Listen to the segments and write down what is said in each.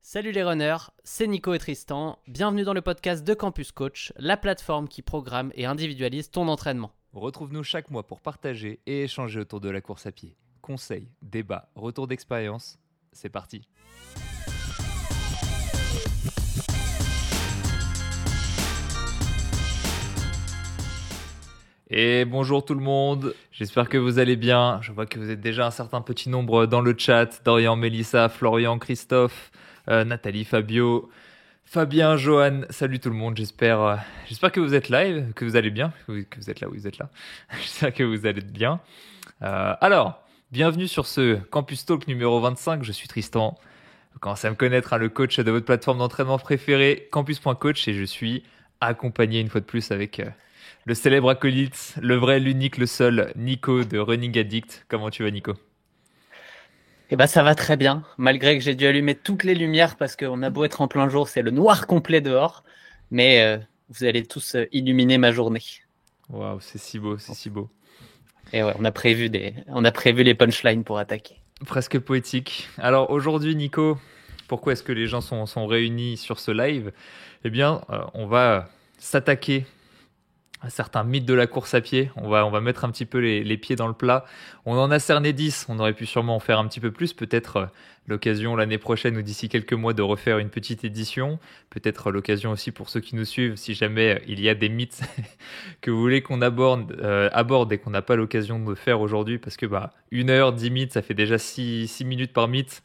Salut les runners, c'est Nico et Tristan. Bienvenue dans le podcast de Campus Coach, la plateforme qui programme et individualise ton entraînement. Retrouve-nous chaque mois pour partager et échanger autour de la course à pied. Conseils, débats, retours d'expérience, c'est parti. Et bonjour tout le monde, j'espère que vous allez bien. Je vois que vous êtes déjà un certain petit nombre dans le chat. Dorian, Mélissa, Florian, Christophe, Nathalie, Fabio, Fabien, Johan. Salut tout le monde, j'espère que vous êtes live, que vous allez bien, que vous êtes là, oui vous êtes là. J'espère que vous allez bien. Alors, bienvenue sur ce Campus Talk numéro 25, je suis Tristan. Vous commencez à me connaître, le coach de votre plateforme d'entraînement préférée, campus.coach, et je suis accompagné une fois de plus avec le célèbre acolyte, le vrai, l'unique, le seul, Nico de Running Addict. Comment tu vas, Nico ? Eh ben ça va très bien, malgré que j'ai dû allumer toutes les lumières parce qu'on a beau être en plein jour, c'est le noir complet dehors, mais vous allez tous illuminer ma journée. Waouh, c'est si beau, c'est si beau. Et ouais, on a prévu les punchlines pour attaquer. Presque poétique. Alors aujourd'hui, Nico, pourquoi est-ce que les gens sont réunis sur ce live ? Eh bien, on va s'attaquer à certains mythes de la course à pied. On va mettre un petit peu les pieds dans le plat. On en a cerné 10, on aurait pu sûrement en faire un petit peu plus. Peut-être l'occasion l'année prochaine ou d'ici quelques mois de refaire une petite édition. Peut-être l'occasion aussi pour ceux qui nous suivent, si jamais il y a des mythes que vous voulez qu'on aborde et qu'on n'a pas l'occasion de faire aujourd'hui, parce que 1 heure, 10 mythes, ça fait déjà 6 minutes par mythe.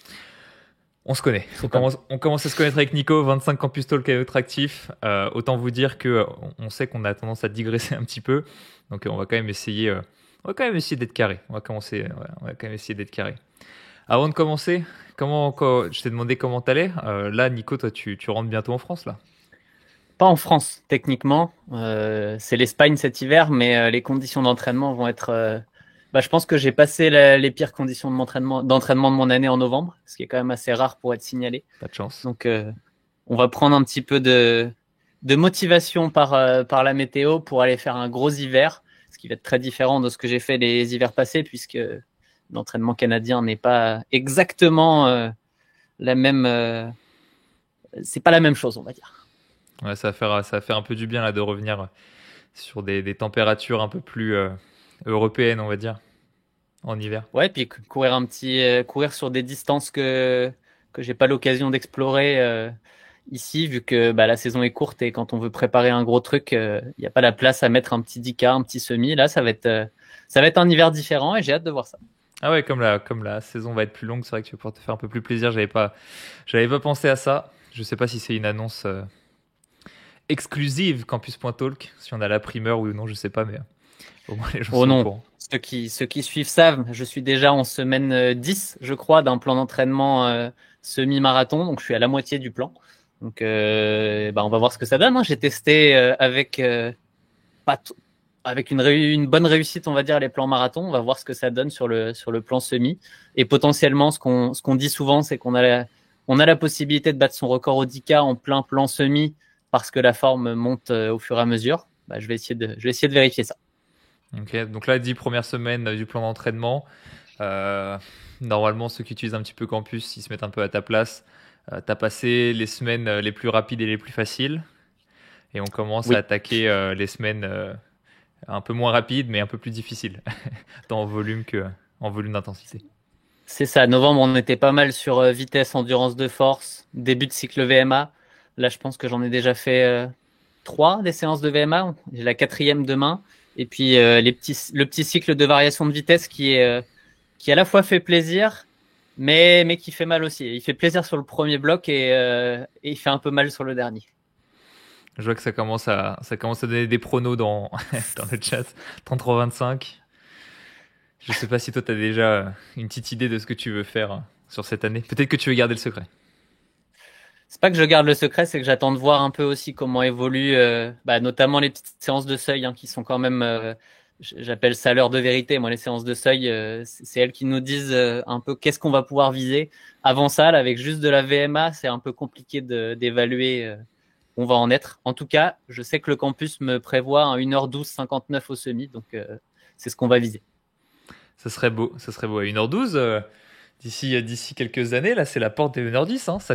On se connaît. On commence à se connaître avec Nico, 25 Campus Talk à notre actif. Autant vous dire que on sait qu'on a tendance à digresser un petit peu. Donc on va quand même essayer d'être carré. On va quand même essayer d'être carré. Avant de commencer, je t'ai demandé comment t'allais. Là, Nico, toi, tu rentres bientôt en France, là ? Pas en France, techniquement. C'est l'Espagne cet hiver, mais les conditions d'entraînement vont être... je pense que j'ai passé les pires conditions d'entraînement de mon année en novembre, ce qui est quand même assez rare pour être signalé. Pas de chance. Donc, on va prendre un petit peu de motivation par la météo pour aller faire un gros hiver, ce qui va être très différent de ce que j'ai fait les hivers passés, puisque l'entraînement canadien n'est pas exactement la même... c'est pas la même chose, on va dire. Ouais, ça va faire un peu du bien là de revenir sur des températures un peu plus européennes, on va dire, en hiver. Ouais, puis courir sur des distances que j'ai pas l'occasion d'explorer ici, vu que la saison est courte et quand on veut préparer un gros truc, il n'y a pas la place à mettre un petit 10K, un petit semi. Là, ça va être un hiver différent et j'ai hâte de voir ça. Ah ouais, comme la saison va être plus longue, c'est vrai que tu vas pouvoir te faire un peu plus plaisir. J'avais pas pensé à ça. Je sais pas si c'est une annonce exclusive Campus.talk, si on a la primeur ou non, je sais pas, mais au moins les gens sont au courant. Ceux qui suivent savent, je suis déjà en semaine 10, je crois, d'un plan d'entraînement semi-marathon, donc je suis à la moitié du plan. Donc on va voir ce que ça donne. J'ai testé avec une bonne réussite, on va dire, les plans marathon. On va voir ce que ça donne sur le plan semi. Et potentiellement, ce qu'on dit souvent, c'est qu'on a la possibilité de battre son record au 10K en plein plan semi parce que la forme monte au fur et à mesure. Je vais essayer de vérifier ça. Ok, donc là, 10 premières semaines du plan d'entraînement. Normalement, ceux qui utilisent un petit peu Campus, ils se mettent un peu à ta place. Tu as passé les semaines les plus rapides et les plus faciles. Et on commence à attaquer les semaines un peu moins rapides, mais un peu plus difficiles, tant en volume qu'en volume d'intensité. C'est ça, novembre, on était pas mal sur vitesse, endurance de force, début de cycle VMA. Là, je pense que j'en ai déjà fait 3 des séances de VMA. J'ai la 4e demain. Et puis le petit cycle de variation de vitesse qui à la fois fait plaisir, mais qui fait mal aussi. Il fait plaisir sur le premier bloc et il fait un peu mal sur le dernier. Je vois que ça commence à donner des pronos dans le chat. 33-25. Je sais pas si toi tu as déjà une petite idée de ce que tu veux faire sur cette année. Peut-être que tu veux garder le secret. C'est pas que je garde le secret, c'est que j'attends de voir un peu aussi comment évoluent notamment les petites séances de seuil qui sont quand même, j'appelle ça l'heure de vérité. Moi, les séances de seuil, c'est elles qui nous disent un peu qu'est-ce qu'on va pouvoir viser. Avant ça, là, avec juste de la VMA, c'est un peu compliqué d'évaluer où on va en être. En tout cas, je sais que le campus me prévoit un 1h12-59 au semi, donc c'est ce qu'on va viser. Ça serait beau. À 1h12, d'ici quelques années, là, c'est la porte des meneurs 10, hein,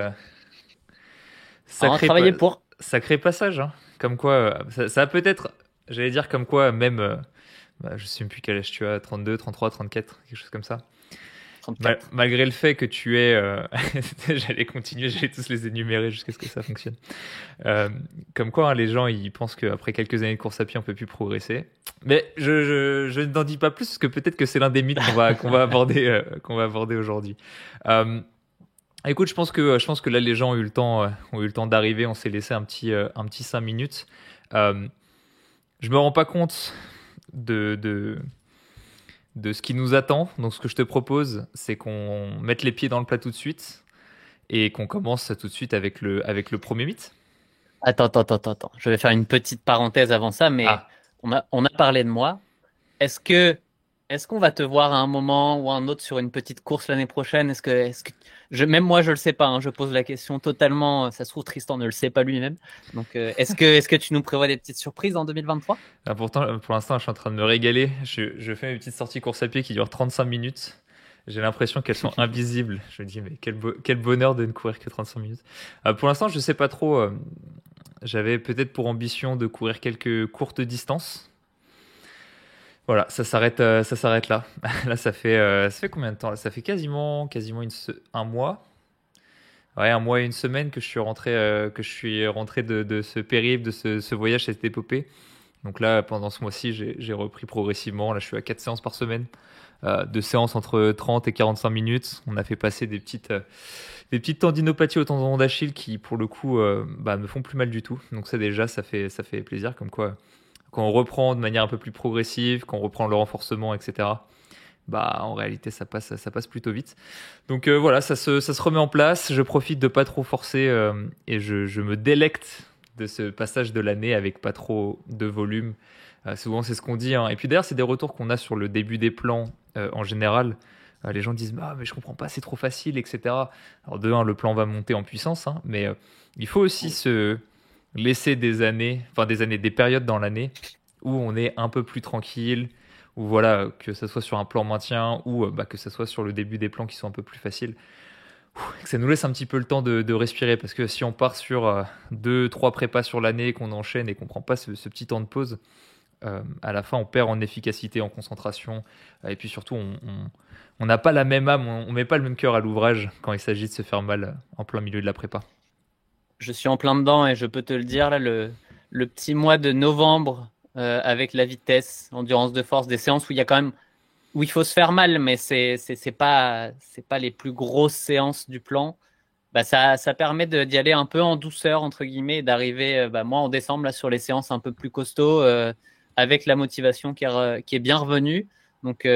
On sacré, travailler pour. sacré passage. Hein. Comme quoi, ça a peut-être, j'allais dire comme quoi, même, je sais même plus quel âge tu as, 32, 33, 34, quelque chose comme ça. 34. Malgré le fait que tu es, j'allais continuer, j'allais tous les énumérer jusqu'à ce que ça fonctionne. Euh, Comme quoi, hein, les gens, ils pensent qu'après quelques années de course à pied, on peut plus progresser. Mais je n'en dis pas plus parce que peut-être que c'est l'un des mythes qu'on va aborder aujourd'hui. Euh, Écoute, je pense que là, les gens ont eu le temps d'arriver. On s'est laissé un petit 5 minutes. Euh, je me rends pas compte de, de, de ce qui nous attend. Donc, ce que je te propose, c'est qu'on mette les pieds dans le plat tout de suite et qu'on commence tout de suite avec le premier mythe. Attends. Je vais faire une petite parenthèse avant ça, mais Ah, on a parlé de moi. Est-ce que, est-ce qu'on va te voir à un moment ou à un autre sur une petite course l'année prochaine? Même moi, je le sais pas, hein, je pose la question totalement. Ça se trouve, Tristan ne le sait pas lui-même. Donc, est-ce que tu nous prévois des petites surprises en 2023? pourtant, pour l'instant, je suis en train de me régaler. Je fais mes petites sorties course à pied qui durent 35 minutes. J'ai l'impression qu'elles sont invisibles. Je me dis, mais quel bonheur de ne courir que 35 minutes. Pour l'instant, je sais pas trop. J'avais peut-être pour ambition de courir quelques courtes distances. Voilà, ça s'arrête là. Là, ça fait combien de temps là. Ça fait quasiment un mois. Ouais, un mois et une semaine que je suis rentré de ce périple, ce voyage, cette épopée. Donc là, pendant ce mois-ci, j'ai repris progressivement. Là, je suis à 4 séances par semaine, 2 séances entre 30 et 45 minutes. On a fait passer des petites tendinopathies au tendon d'Achille qui, pour le coup, me font plus mal du tout. Donc ça, déjà, ça fait plaisir. Comme quoi, quand on reprend de manière un peu plus progressive, quand on reprend le renforcement, etc., en réalité, ça passe plutôt vite. Donc voilà, ça se remet en place. Je profite de pas trop forcer et je me délecte de ce passage de l'année avec pas trop de volume. Souvent, c'est ce qu'on dit. Hein. Et puis d'ailleurs, c'est des retours qu'on a sur le début des plans en général. Les gens disent ah mais je comprends pas, c'est trop facile, etc. Alors de un, le plan va monter en puissance, hein, mais il faut aussi se laisser des périodes dans l'année où on est un peu plus tranquille, ou voilà, que ce soit sur un plan maintien ou que ce soit sur le début des plans qui sont un peu plus faciles, que ça nous laisse un petit peu le temps de respirer parce que si on part sur 2, 3 prépas sur l'année, qu'on enchaîne et qu'on prend pas ce petit temps de pause, à la fin on perd en efficacité, en concentration et puis surtout on n'a pas la même âme, on met pas le même cœur à l'ouvrage quand il s'agit de se faire mal en plein milieu de la prépa. Je suis en plein dedans et je peux te le dire, là, le petit mois de novembre, avec la vitesse, l'endurance de force, des séances où il y a quand même, où il faut se faire mal, mais c'est pas les plus grosses séances du plan. Bah, ça permet d'y aller un peu en douceur, entre guillemets, et d'arriver, moi, en décembre, là, sur les séances un peu plus costauds, avec la motivation qui est bien revenue. Donc,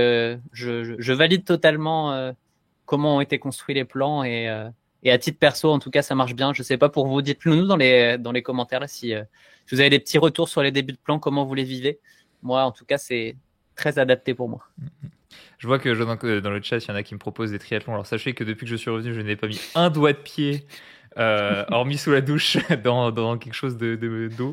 je valide totalement, comment ont été construits les plans et à titre perso, en tout cas, ça marche bien. Je sais pas pour vous, dites-le nous dans les commentaires là si vous avez des petits retours sur les débuts de plan, comment vous les vivez. Moi, en tout cas, c'est très adapté pour moi. Je vois que dans le chat, il y en a qui me proposent des triathlons. Alors sachez que depuis que je suis revenu, je n'ai pas mis un doigt de pied, hormis sous la douche, dans quelque chose d'eau.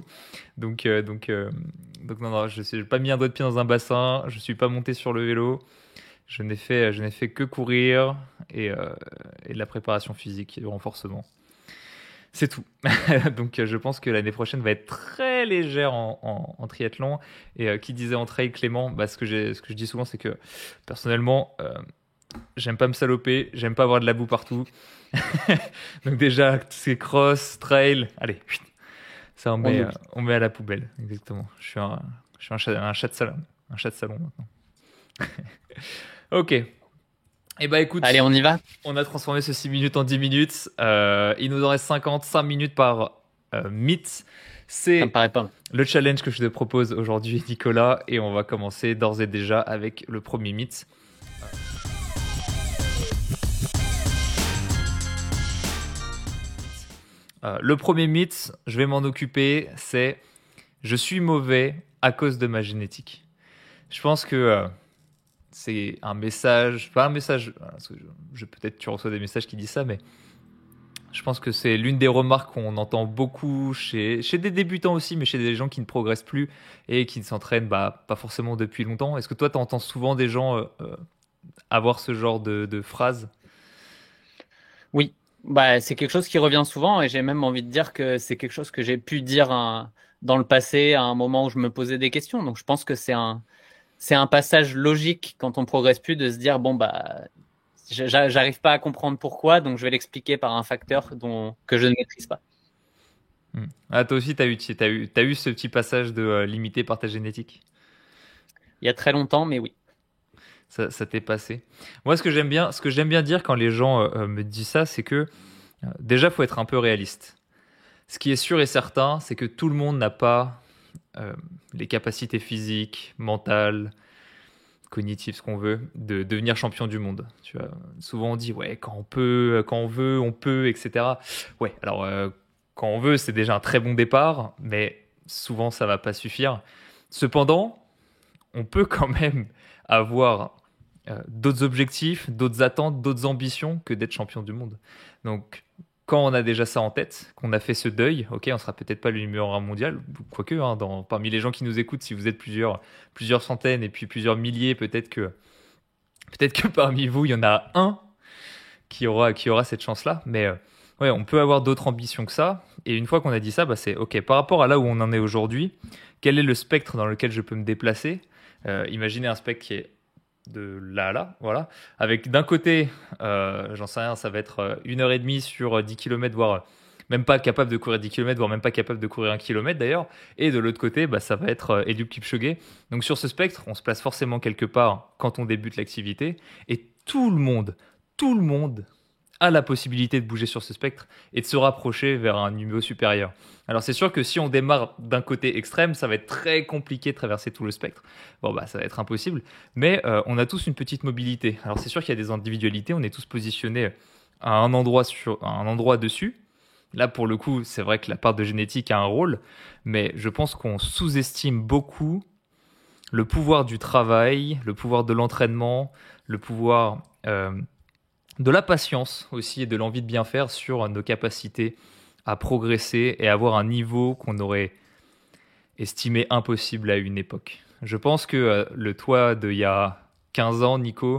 Donc non, je n'ai pas mis un doigt de pied dans un bassin, je suis pas monté sur le vélo. Je n'ai fait que courir et de la préparation physique et du renforcement. C'est tout. Donc je pense que l'année prochaine va être très légère en triathlon. Et qui disait en trail, Clément, ce que je dis souvent, c'est que personnellement, j'aime pas me saloper, j'aime pas avoir de la boue partout. Donc déjà, c'est cross, trail, allez, ça On oublie. on met à la poubelle. Exactement. Je suis un chat de salon, un chat de salon maintenant. Ok. Eh ben écoute, Allez, on y va. on a transformé ce 6 minutes en 10 minutes. Il nous en reste 55 minutes par mythe. Ça me C'est paraît pas mal. le challenge que je te propose aujourd'hui, Nicolas. Et on va commencer d'ores et déjà avec le premier mythe. Le premier mythe, je vais m'en occuper, c'est je suis mauvais à cause de ma génétique. Je pense que c'est un message, pas un message, parce que peut-être tu reçois des messages qui disent ça, mais je pense que c'est l'une des remarques qu'on entend beaucoup chez des débutants aussi, mais chez des gens qui ne progressent plus et qui ne s'entraînent pas forcément depuis longtemps. Est-ce que toi, tu entends souvent des gens avoir ce genre de phrase? Oui, bah, c'est quelque chose qui revient souvent et j'ai même envie de dire que c'est quelque chose que j'ai pu dire dans le passé à un moment où je me posais des questions. Donc je pense que c'est un passage logique quand on progresse plus de se dire bon bah j'arrive pas à comprendre pourquoi donc je vais l'expliquer par un facteur que je ne maîtrise pas. Ah, toi aussi, t'as eu ce petit passage de limité par ta génétique. Il y a très longtemps, mais oui. Ça t'est passé. Moi, ce que j'aime bien dire quand les gens me disent ça, c'est que déjà, faut être un peu réaliste. Ce qui est sûr et certain, c'est que tout le monde n'a pas euh, les capacités physiques, mentales, cognitives, ce qu'on veut, de devenir champion du monde. Tu vois, souvent on dit ouais, quand on peut, quand on veut, on peut, etc. Ouais, alors quand on veut, c'est déjà un très bon départ, mais souvent ça va pas suffire. Cependant, on peut quand même avoir d'autres objectifs, d'autres attentes, d'autres ambitions que d'être champion du monde. Donc, quand on a déjà ça en tête, qu'on a fait ce deuil, ok, on sera peut-être pas le numéro un mondial, quoique, hein, parmi les gens qui nous écoutent, si vous êtes plusieurs centaines et puis plusieurs milliers, peut-être que parmi vous, il y en a un qui aura cette chance-là. Mais ouais, on peut avoir d'autres ambitions que ça. Et une fois qu'on a dit ça, bah, c'est ok, par rapport à là où on en est aujourd'hui, quel est le spectre dans lequel je peux me déplacer? Imaginez un spectre qui est de là à là, voilà. Avec d'un côté, j'en sais rien, ça va être 1 heure et demie sur 10 km, voire même pas capable de courir 10 km, voire même pas capable de courir 1 kilomètre d'ailleurs. Et de l'autre côté, bah, ça va être Eliud Kipchoge. Donc sur ce spectre, on se place forcément quelque part quand on débute l'activité. Et tout le monde a la possibilité de bouger sur ce spectre et de se rapprocher vers un niveau supérieur. Alors c'est sûr que si on démarre d'un côté extrême, ça va être très compliqué de traverser tout le spectre. Bon bah ça va être impossible, mais on a tous une petite mobilité. Alors c'est sûr qu'il y a des individualités, on est tous positionnés à un endroit dessus. Là pour le coup, c'est vrai que la part de génétique a un rôle, mais je pense qu'on sous-estime beaucoup le pouvoir du travail, le pouvoir de l'entraînement, le pouvoir de la patience aussi et de l'envie de bien faire sur nos capacités à progresser et avoir un niveau qu'on aurait estimé impossible à une époque. Je pense que le toi d'il y a 15 ans, Nico,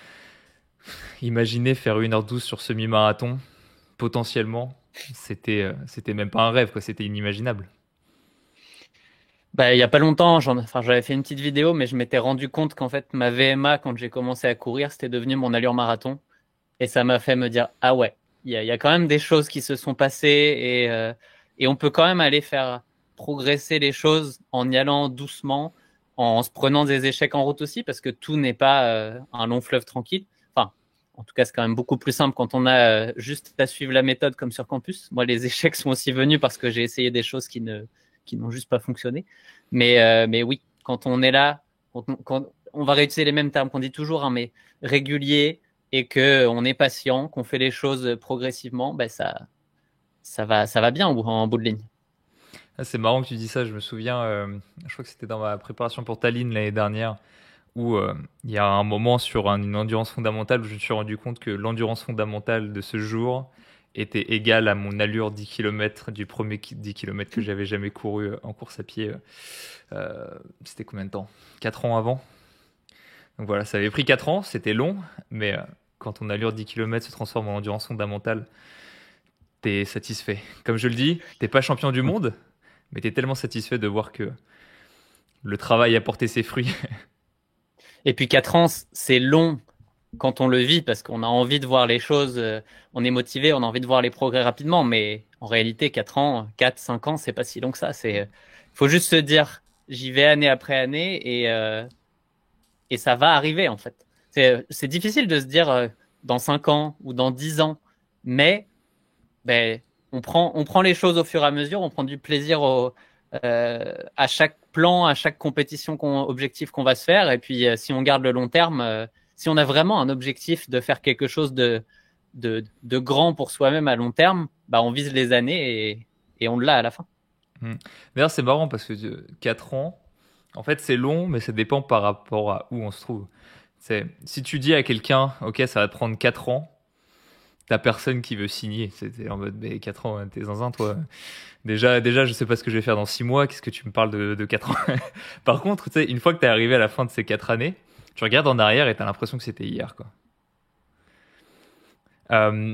imaginez faire 1h12 sur semi-marathon, potentiellement, c'était même pas un rêve, quoi, c'était inimaginable. Bah, il y a pas longtemps, j'avais fait une petite vidéo, mais je m'étais rendu compte qu'en fait, ma VMA, quand j'ai commencé à courir, c'était devenu mon allure marathon. Et ça m'a fait me dire, ah ouais, il y a quand même des choses qui se sont passées et on peut quand même aller faire progresser les choses en y allant doucement, en se prenant des échecs en route aussi, parce que tout n'est pas un long fleuve tranquille. Enfin, en tout cas, c'est quand même beaucoup plus simple quand on a juste à suivre la méthode comme sur campus. Moi, les échecs sont aussi venus parce que j'ai essayé des choses qui n'ont juste pas fonctionné. Mais oui, quand on est là, quand on va réutiliser les mêmes termes qu'on dit toujours, hein, mais régulier, et que on est patient, qu'on fait les choses progressivement, ben ça va bien en bout de ligne. Ah, c'est marrant que tu dis ça, je me souviens, je crois que c'était dans ma préparation pour Tallinn l'année dernière, où il y a un moment sur une endurance fondamentale où je me suis rendu compte que l'endurance fondamentale de ce jour était égale à mon allure 10 km du premier 10 km que j'avais jamais couru en course à pied. C'était combien de temps? 4 ans avant. Donc voilà, ça avait pris 4 ans, c'était long, mais quand ton allure 10 km se transforme en endurance fondamentale, t'es satisfait. Comme je le dis, t'es pas champion du monde, mais t'es tellement satisfait de voir que le travail a porté ses fruits. Et puis 4 ans, c'est long quand on le vit parce qu'on a envie de voir les choses, on est motivé, on a envie de voir les progrès rapidement, mais en réalité, 4 ans, 4, 5 ans, c'est pas si long que ça. Faut juste se dire, j'y vais année après année et ça va arriver en fait. C'est difficile de se dire dans 5 ans ou dans 10 ans, mais ben, on prend les choses au fur et à mesure, on prend du plaisir à chaque plan, à chaque compétition objectif qu'on va se faire. Et puis, si on garde le long terme, si on a vraiment un objectif de faire quelque chose de grand pour soi-même à long terme, bah, on vise les années et on l'a à la fin. D'ailleurs, c'est marrant parce que 4 ans, en fait, c'est long, mais ça dépend par rapport à où on se trouve. Si tu dis à quelqu'un, ok, ça va te prendre 4 ans, t'as personne qui veut signer. C'était en mode, mais 4 ans, t'es zinzin, toi. Déjà, je sais pas ce que je vais faire dans 6 mois. Qu'est-ce que tu me parles de 4 ans? Par contre, tu sais, une fois que t'es arrivé à la fin de ces 4 années, Tu regardes en arrière et tu as l'impression que c'était hier, quoi. Euh,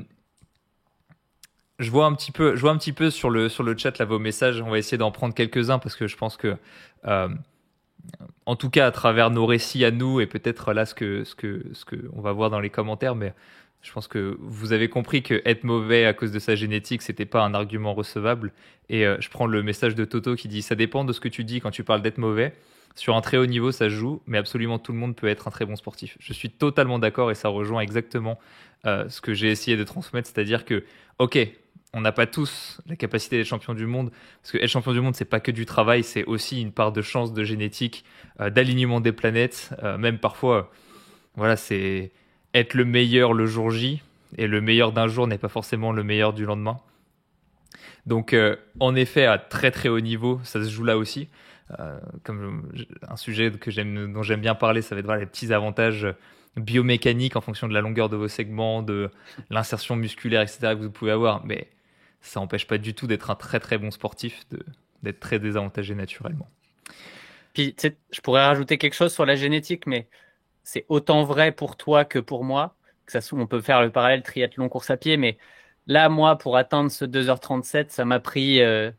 je vois un petit peu sur le chat là vos messages. On va essayer d'en prendre quelques-uns parce que je pense que, euh, en tout cas, à travers nos récits à nous et peut-être là ce que on va voir dans les commentaires, mais je pense que vous avez compris que être mauvais à cause de sa génétique, c'était pas un argument recevable. Et je prends le message de Toto qui dit ça dépend de ce que tu dis quand tu parles d'être mauvais. Sur un très haut niveau, ça se joue, mais absolument tout le monde peut être un très bon sportif. Je suis totalement d'accord et ça rejoint exactement ce que j'ai essayé de transmettre, c'est-à-dire que, ok, on n'a pas tous la capacité d'être champion du monde, parce que être champion du monde, c'est pas que du travail, c'est aussi une part de chance, de génétique, d'alignement des planètes, même parfois, voilà, c'est être le meilleur le jour J, et le meilleur d'un jour n'est pas forcément le meilleur du lendemain. Donc, en effet, à très très haut niveau, ça se joue là aussi. Comme un sujet dont j'aime bien parler, ça va être voilà, les petits avantages biomécaniques en fonction de la longueur de vos segments, de l'insertion musculaire, etc. que vous pouvez avoir. Mais ça n'empêche pas du tout d'être un très très bon sportif, d'être très désavantagé naturellement. Puis, je pourrais rajouter quelque chose sur la génétique, mais c'est autant vrai pour toi que pour moi. On peut faire le parallèle triathlon course à pied, mais là, moi, pour atteindre ce 2h37, ça m'a pris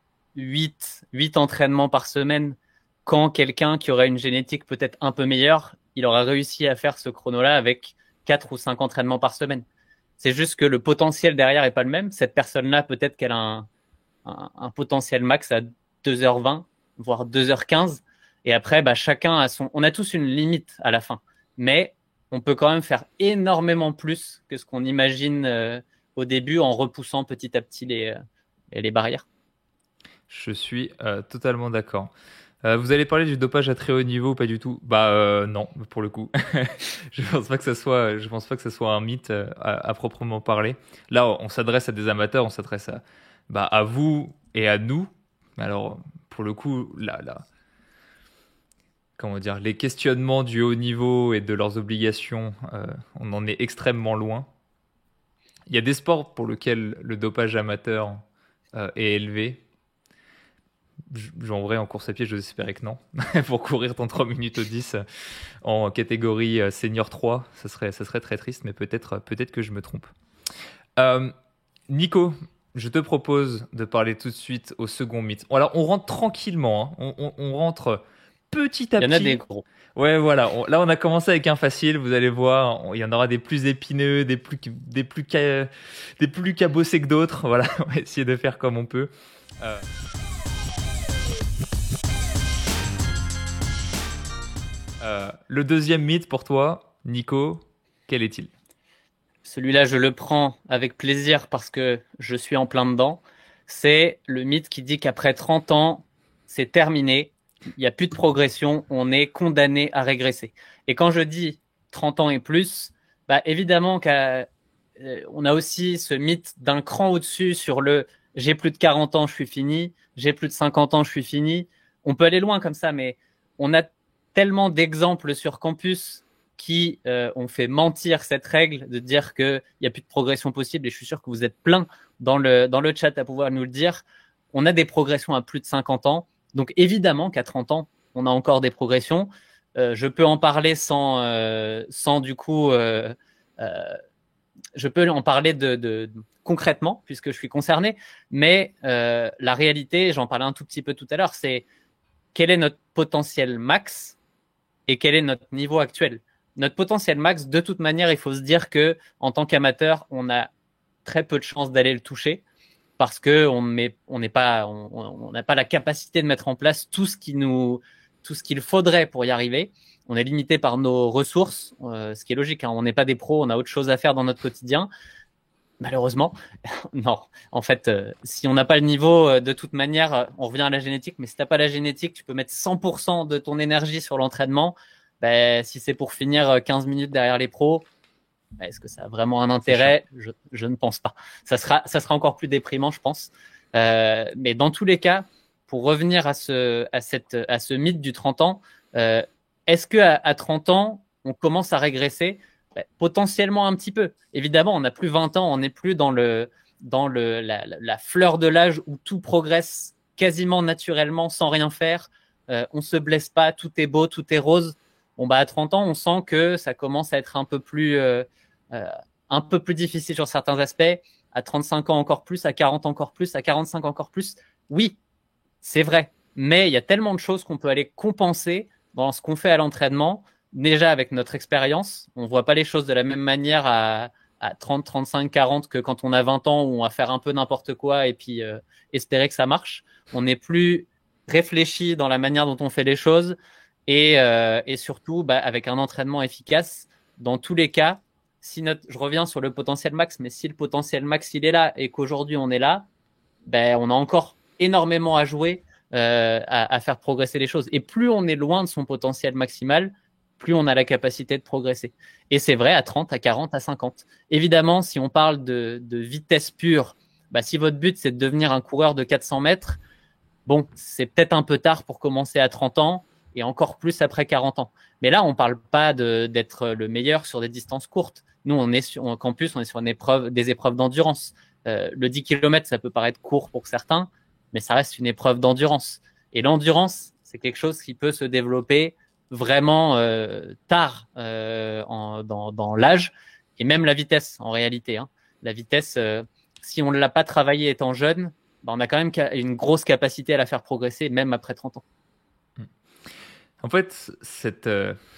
8 entraînements par semaine. Quand quelqu'un qui aurait une génétique peut-être un peu meilleure, il aura réussi à faire ce chrono-là avec 4 ou 5 entraînements par semaine. C'est juste que le potentiel derrière est pas le même. Cette personne-là, peut-être qu'elle a un potentiel max à 2h20, voire 2h15. Et après, chacun a on a tous une limite à la fin. Mais on peut quand même faire énormément plus que ce qu'on imagine au début en repoussant petit à petit les barrières. Je suis totalement d'accord. Vous allez parler du dopage à très haut niveau ou pas du tout? Non, pour le coup. Je pense pas que ça soit un mythe à proprement parler. Là, on s'adresse à des amateurs, on s'adresse à vous et à nous. Alors, pour le coup, comment dire, les questionnements du haut niveau et de leurs obligations, on en est extrêmement loin. Il y a des sports pour lesquels le dopage amateur est élevé. En vrai, en course à pied, j'espérais que non. Pour courir ton 3 minutes au 10 en catégorie senior 3, ça serait très triste, mais peut-être que je me trompe. Nico, je te propose de parler tout de suite au second mythe. Alors, on rentre tranquillement, hein. On rentre petit à petit. Il y en a des gros. Ouais, voilà. Là, on a commencé avec un facile. Vous allez voir, il y en aura des plus épineux, des plus cabossés que d'autres. Voilà, on va essayer de faire comme on peut. Le deuxième mythe pour toi, Nico, quel est-il? Celui-là, je le prends avec plaisir parce que je suis en plein dedans. C'est le mythe qui dit qu'après 30 ans, c'est terminé. Il n'y a plus de progression. On est condamné à régresser. Et quand je dis 30 ans et plus, évidemment qu'on a aussi ce mythe d'un cran au-dessus sur le j'ai plus de 40 ans, je suis fini. J'ai plus de 50 ans, je suis fini. On peut aller loin comme ça, mais on a tellement d'exemples sur campus qui ont fait mentir cette règle de dire qu'il n'y a plus de progression possible. Et je suis sûr que vous êtes plein dans le chat à pouvoir nous le dire. On a des progressions à plus de 50 ans. Donc évidemment qu'à 30 ans, on a encore des progressions. Je peux en parler sans du coup... je peux en parler de concrètement, puisque je suis concerné. Mais la réalité, j'en parlais un tout petit peu tout à l'heure, c'est quel est notre potentiel max et quel est notre niveau actuel. Notre potentiel max, de toute manière, il faut se dire que en tant qu'amateur, on a très peu de chances d'aller le toucher parce que on n'a pas la capacité de mettre en place tout ce qu'il faudrait pour y arriver. On est limité par nos ressources, ce qui est logique. Hein. On n'est pas des pros, on a autre chose à faire dans notre quotidien. Malheureusement, non. En fait, si on n'a pas le niveau, de toute manière, on revient à la génétique. Mais si t'as pas la génétique, tu peux mettre 100% de ton énergie sur l'entraînement. Si c'est pour finir 15 minutes derrière les pros, est-ce que ça a vraiment un intérêt? Je ne pense pas. Ça sera encore plus déprimant, je pense. Mais dans tous les cas, pour revenir à ce mythe du 30 ans, est-ce que à 30 ans, on commence à régresser? Potentiellement un petit peu. Évidemment, on n'a plus 20 ans, on n'est plus dans la fleur de l'âge où tout progresse quasiment naturellement sans rien faire. On se blesse pas, tout est beau, tout est rose. Bon, bah, à 30 ans, on sent que ça commence à être euh, un peu plus difficile sur certains aspects. À 35 ans encore plus, à 40 encore plus, à 45 encore plus. Oui, c'est vrai. Mais il y a tellement de choses qu'on peut aller compenser dans ce qu'on fait à l'entraînement. Déjà, avec notre expérience, on voit pas les choses de la même manière à 30, 35, 40 que quand on a 20 ans où on va faire un peu n'importe quoi et puis espérer que ça marche. On est plus réfléchi dans la manière dont on fait les choses et surtout bah, avec un entraînement efficace. Dans tous les cas, je reviens sur le potentiel max, mais si le potentiel max il est là et qu'aujourd'hui on est là, ben, on a encore énormément à jouer à faire progresser les choses. Et plus on est loin de son potentiel maximal, plus on a la capacité de progresser. Et c'est vrai à 30, à 40, à 50. Évidemment, si on parle de vitesse pure, bah, si votre but c'est de devenir un coureur de 400 mètres, bon, c'est peut-être un peu tard pour commencer à 30 ans et encore plus après 40 ans. Mais là, on parle pas d'être le meilleur sur des distances courtes. Nous, en campus, on est sur des épreuves d'endurance. Le 10 km, ça peut paraître court pour certains, mais ça reste une épreuve d'endurance. Et l'endurance, c'est quelque chose qui peut se développer vraiment tard dans l'âge, et même la vitesse en réalité. Hein. La vitesse, si on ne l'a pas travaillé étant jeune, bah, on a quand même une grosse capacité à la faire progresser, même après 30 ans. En fait, cette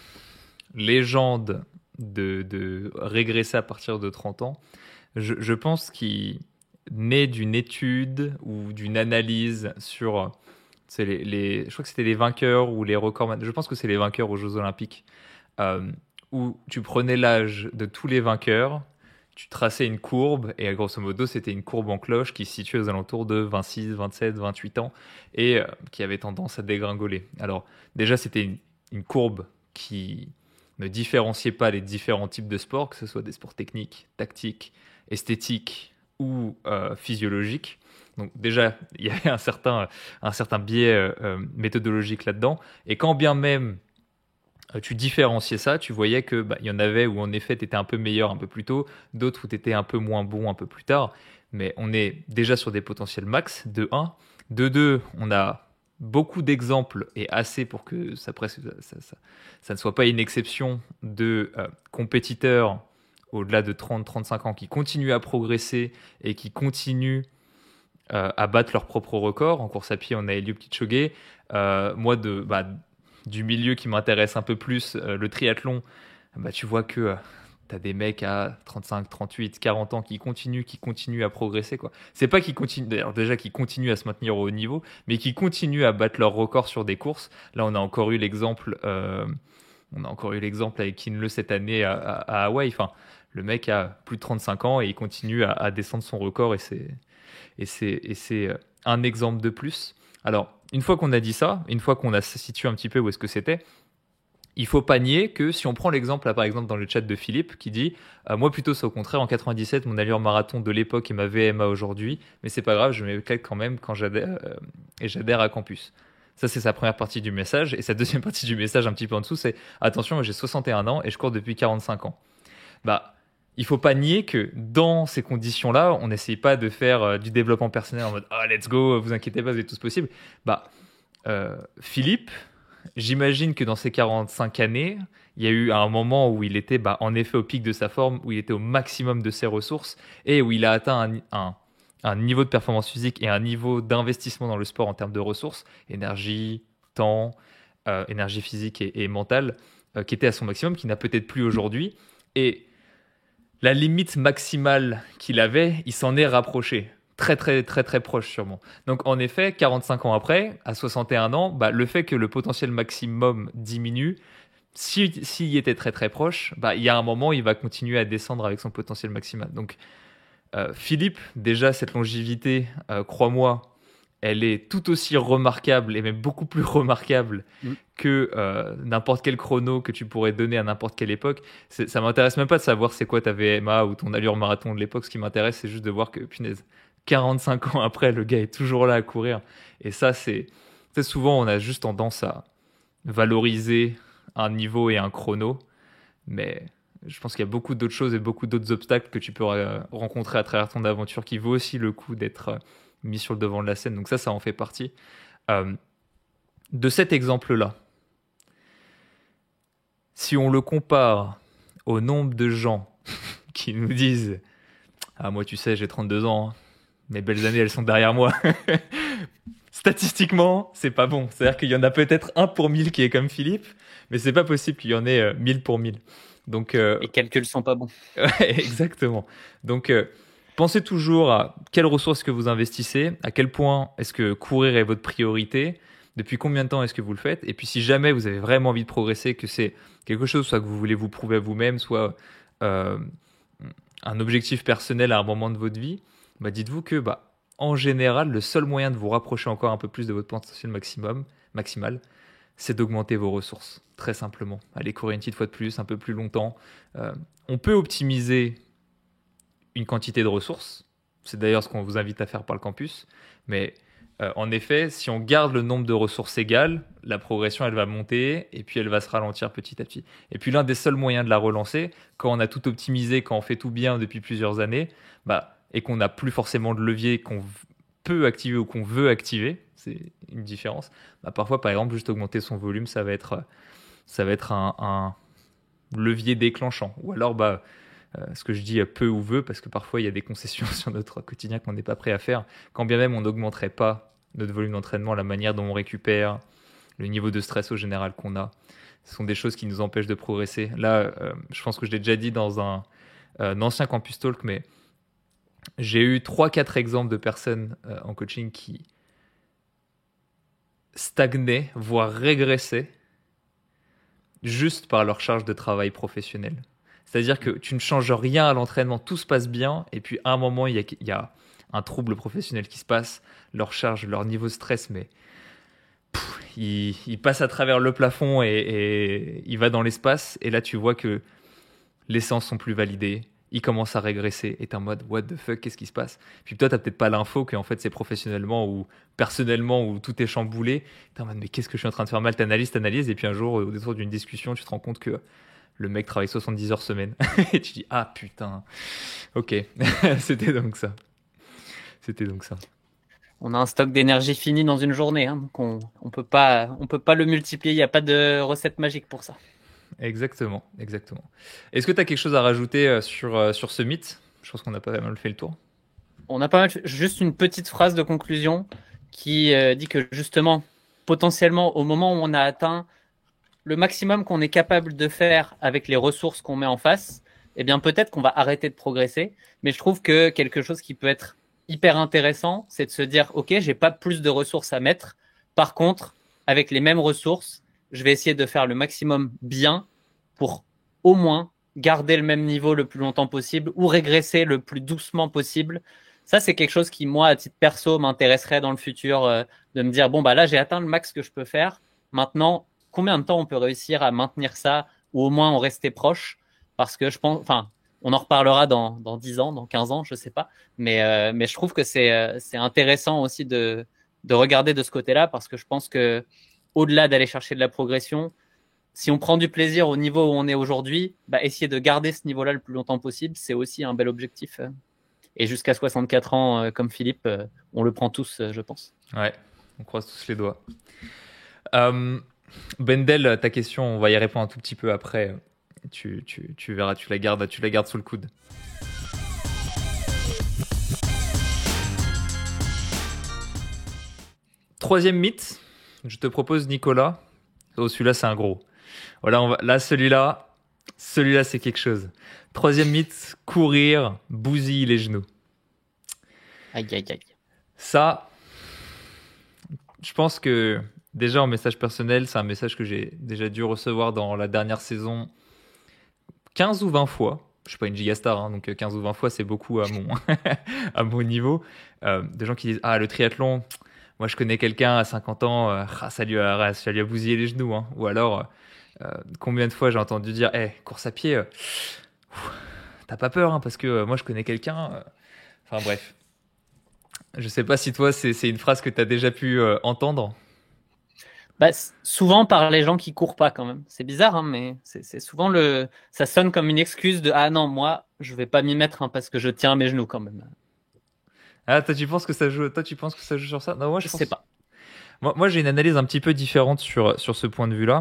légende de régresser à partir de 30 ans, je pense qu'il naît d'une étude ou d'une analyse sur je crois que c'était les vainqueurs ou les records. Je pense que c'est les vainqueurs aux Jeux Olympiques, euh, où tu prenais l'âge de tous les vainqueurs, tu traçais une courbe, et grosso modo, c'était une courbe en cloche qui se situait aux alentours de 26, 27, 28 ans, et qui avait tendance à dégringoler. Alors, déjà, c'était une courbe qui ne différenciait pas les différents types de sports, que ce soit des sports techniques, tactiques, esthétiques ou physiologiques. Donc déjà, il y avait un certain biais méthodologique là-dedans. Et quand bien même tu différenciais ça, tu voyais que bah, il y en avait où en effet tu étais un peu meilleur un peu plus tôt, d'autres où tu étais un peu moins bon un peu plus tard. Mais on est déjà sur des potentiels max de 1. De 2, on a beaucoup d'exemples et assez pour que ça ne soit pas une exception de compétiteurs au-delà de 30-35 ans qui continuent à progresser et qui continuent à battre leur propre record. En course à pied, on a Eliud Kipchoge. Moi, du milieu qui m'intéresse un peu plus, le triathlon, bah, tu vois que tu as des mecs à 35, 38, 40 ans qui continuent à progresser, quoi. C'est pas qu'ils continuent, d'ailleurs, déjà qu'ils continuent à se maintenir au haut niveau, mais qui continuent à battre leur record sur des courses. Là, on a encore eu l'exemple avec Kinle cette année à Hawaï. Enfin, le mec a plus de 35 ans et il continue à descendre son record et c'est un exemple de plus. Alors, une fois qu'on a dit ça, une fois qu'on a situé un petit peu où est-ce que c'était, il faut pas nier que si on prend l'exemple, là, par exemple, dans le chat de Philippe, qui dit moi plutôt c'est au contraire, en 97, mon allure marathon de l'époque et ma VMA aujourd'hui, mais c'est pas grave, je m'éclate quand même quand j'adhère à Campus. Ça, c'est sa première partie du message. Et sa deuxième partie du message, un petit peu en dessous, c'est attention, moi j'ai 61 ans et je cours depuis 45 ans. Bah, il faut pas nier que dans ces conditions-là, on n'essaye pas de faire du développement personnel en mode ah let's go, vous inquiétez pas, vous êtes tous possibles. Bah, Philippe, j'imagine que dans ces 45 années, il y a eu un moment où il était bah, en effet au pic de sa forme, où il était au maximum de ses ressources et où il a atteint un niveau de performance physique et un niveau d'investissement dans le sport en termes de ressources, énergie, temps, énergie physique et mentale, qui était à son maximum, qui n'a peut-être plus aujourd'hui. Et la limite maximale qu'il avait, il s'en est rapproché. Très, très, très, très proche, sûrement. Donc, en effet, 45 ans après, à 61 ans, bah, le fait que le potentiel maximum diminue, s'il y était très, très proche, bah, il y a un moment, il va continuer à descendre avec son potentiel maximal. Donc, Philippe, déjà, cette longévité, crois-moi, elle est tout aussi remarquable et même beaucoup plus remarquable que n'importe quel chrono que tu pourrais donner à n'importe quelle époque. Ça m'intéresse même pas de savoir c'est quoi ta VMA ou ton allure marathon de l'époque. Ce qui m'intéresse, c'est juste de voir que, punaise, 45 ans après, le gars est toujours là à courir. Et ça, c'est souvent, on a juste tendance à valoriser un niveau et un chrono. Mais je pense qu'il y a beaucoup d'autres choses et beaucoup d'autres obstacles que tu peux rencontrer à travers ton aventure qui vaut aussi le coup d'être mis sur le devant de la scène. Donc ça en fait partie. De cet exemple-là, si on le compare au nombre de gens qui nous disent ah, moi, tu sais, j'ai 32 ans, hein, mes belles années, elles sont derrière moi. Statistiquement, c'est pas bon. C'est-à-dire qu'il y en a peut-être un pour 1000 qui est comme Philippe, mais c'est pas possible qu'il y en ait 1000 pour 1000. Donc, Les calculs sont pas bons. ouais, exactement. Donc, pensez toujours à quelles ressources que vous investissez, à quel point est-ce que courir est votre priorité, depuis combien de temps est-ce que vous le faites, et puis si jamais vous avez vraiment envie de progresser, que c'est quelque chose soit que vous voulez vous prouver à vous-même, soit euh, un objectif personnel à un moment de votre vie, bah dites-vous que bah, en général, le seul moyen de vous rapprocher encore un peu plus de votre potentiel maximal, c'est d'augmenter vos ressources, très simplement. Allez courir une petite fois de plus, un peu plus longtemps. On peut optimiser une quantité de ressources. C'est d'ailleurs ce qu'on vous invite à faire par le campus. Mais en effet, si on garde le nombre de ressources égales, la progression, elle va monter et puis elle va se ralentir petit à petit. Et puis l'un des seuls moyens de la relancer, quand on a tout optimisé, quand on fait tout bien depuis plusieurs années, bah, et qu'on n'a plus forcément de levier qu'on peut activer ou qu'on veut activer, c'est une différence. Bah, parfois, par exemple, juste augmenter son volume, ça va être un levier déclenchant. Ou alors, bah, ce que je dis peu ou veut, parce que parfois il y a des concessions sur notre quotidien qu'on n'est pas prêt à faire. Quand bien même on n'augmenterait pas notre volume d'entraînement, la manière dont on récupère, le niveau de stress au général qu'on a, ce sont des choses qui nous empêchent de progresser. Là, je pense que je l'ai déjà dit dans un ancien Campus Talk, mais j'ai eu 3-4 exemples de personnes en coaching qui stagnaient, voire régressaient, juste par leur charge de travail professionnelle. C'est-à-dire que tu ne changes rien à l'entraînement, tout se passe bien, et puis à un moment, il y a un trouble professionnel qui se passe, leur charge, leur niveau de stress, mais il passe à travers le plafond et il va dans l'espace, et là tu vois que les séances sont plus validées, il commence à régresser, et t'es en mode what the fuck, qu'est-ce qui se passe? Puis toi, t'as peut-être pas l'info qu'en fait c'est professionnellement ou personnellement où tout est chamboulé, t'es en mode mais qu'est-ce que je suis en train de faire mal, t'analyses, et puis un jour, au détour d'une discussion, tu te rends compte que le mec travaille 70 heures semaine. Et tu dis, ah putain, ok, c'était donc ça. C'était donc ça. On a un stock d'énergie fini dans une journée, hein, donc on peut pas le multiplier. Il n'y a pas de recette magique pour ça. Exactement, exactement. Est-ce que tu as quelque chose à rajouter sur ce mythe? Je pense qu'on a pas mal fait le tour. On a pas mal, juste une petite phrase de conclusion qui dit que justement, potentiellement, au moment où on a atteint le maximum qu'on est capable de faire avec les ressources qu'on met en face, eh bien peut-être qu'on va arrêter de progresser. Mais je trouve que quelque chose qui peut être hyper intéressant, c'est de se dire, OK, j'ai pas plus de ressources à mettre. Par contre, avec les mêmes ressources, je vais essayer de faire le maximum bien pour au moins garder le même niveau le plus longtemps possible ou régresser le plus doucement possible. Ça, c'est quelque chose qui, moi, à titre perso, m'intéresserait dans le futur, de me dire, bon, bah là, j'ai atteint le max que je peux faire. Maintenant, combien de temps on peut réussir à maintenir ça ou au moins en rester proche? Parce que je pense, enfin, on en reparlera dans 10 ans, dans 15 ans, je sais pas. Mais je trouve que c'est intéressant aussi de regarder de ce côté-là parce que je pense que au-delà d'aller chercher de la progression, si on prend du plaisir au niveau où on est aujourd'hui, bah, essayer de garder ce niveau-là le plus longtemps possible, c'est aussi un bel objectif. Et jusqu'à 64 ans, comme Philippe, on le prend tous, je pense. Ouais, on croise tous les doigts. Bendel, ta question, on va y répondre un tout petit peu après. Tu verras, tu la gardes sous le coude. Troisième mythe, je te propose Nicolas. Oh, celui-là, c'est un gros. Voilà, là, celui-là, c'est quelque chose. Troisième mythe, courir, bousille les genoux. Aïe, aïe, aïe. Ça, je pense que déjà en message personnel, c'est un message que j'ai déjà dû recevoir dans la dernière saison 15 ou 20 fois. Je suis pas une gigastar, hein, donc 15 ou 20 fois, c'est beaucoup à mon, à mon niveau. Des gens qui disent, ah, le triathlon, moi je connais quelqu'un à 50 ans, ça lui a bousillé les genoux. Hein. Ou alors, combien de fois j'ai entendu dire, hey, course à pied, t'as pas peur, hein, parce que moi je connais quelqu'un. Enfin bref. Je sais pas si toi, c'est une phrase que tu as déjà pu entendre. Bah, souvent par les gens qui courent pas quand même. C'est bizarre, hein, mais c'est souvent ça sonne comme une excuse de ah non, moi je vais pas m'y mettre hein, parce que je tiens à mes genoux quand même. Ah, toi, tu penses que ça joue, sur ça? Non, moi, Je sais pas. Moi, j'ai une analyse un petit peu différente sur ce point de vue-là.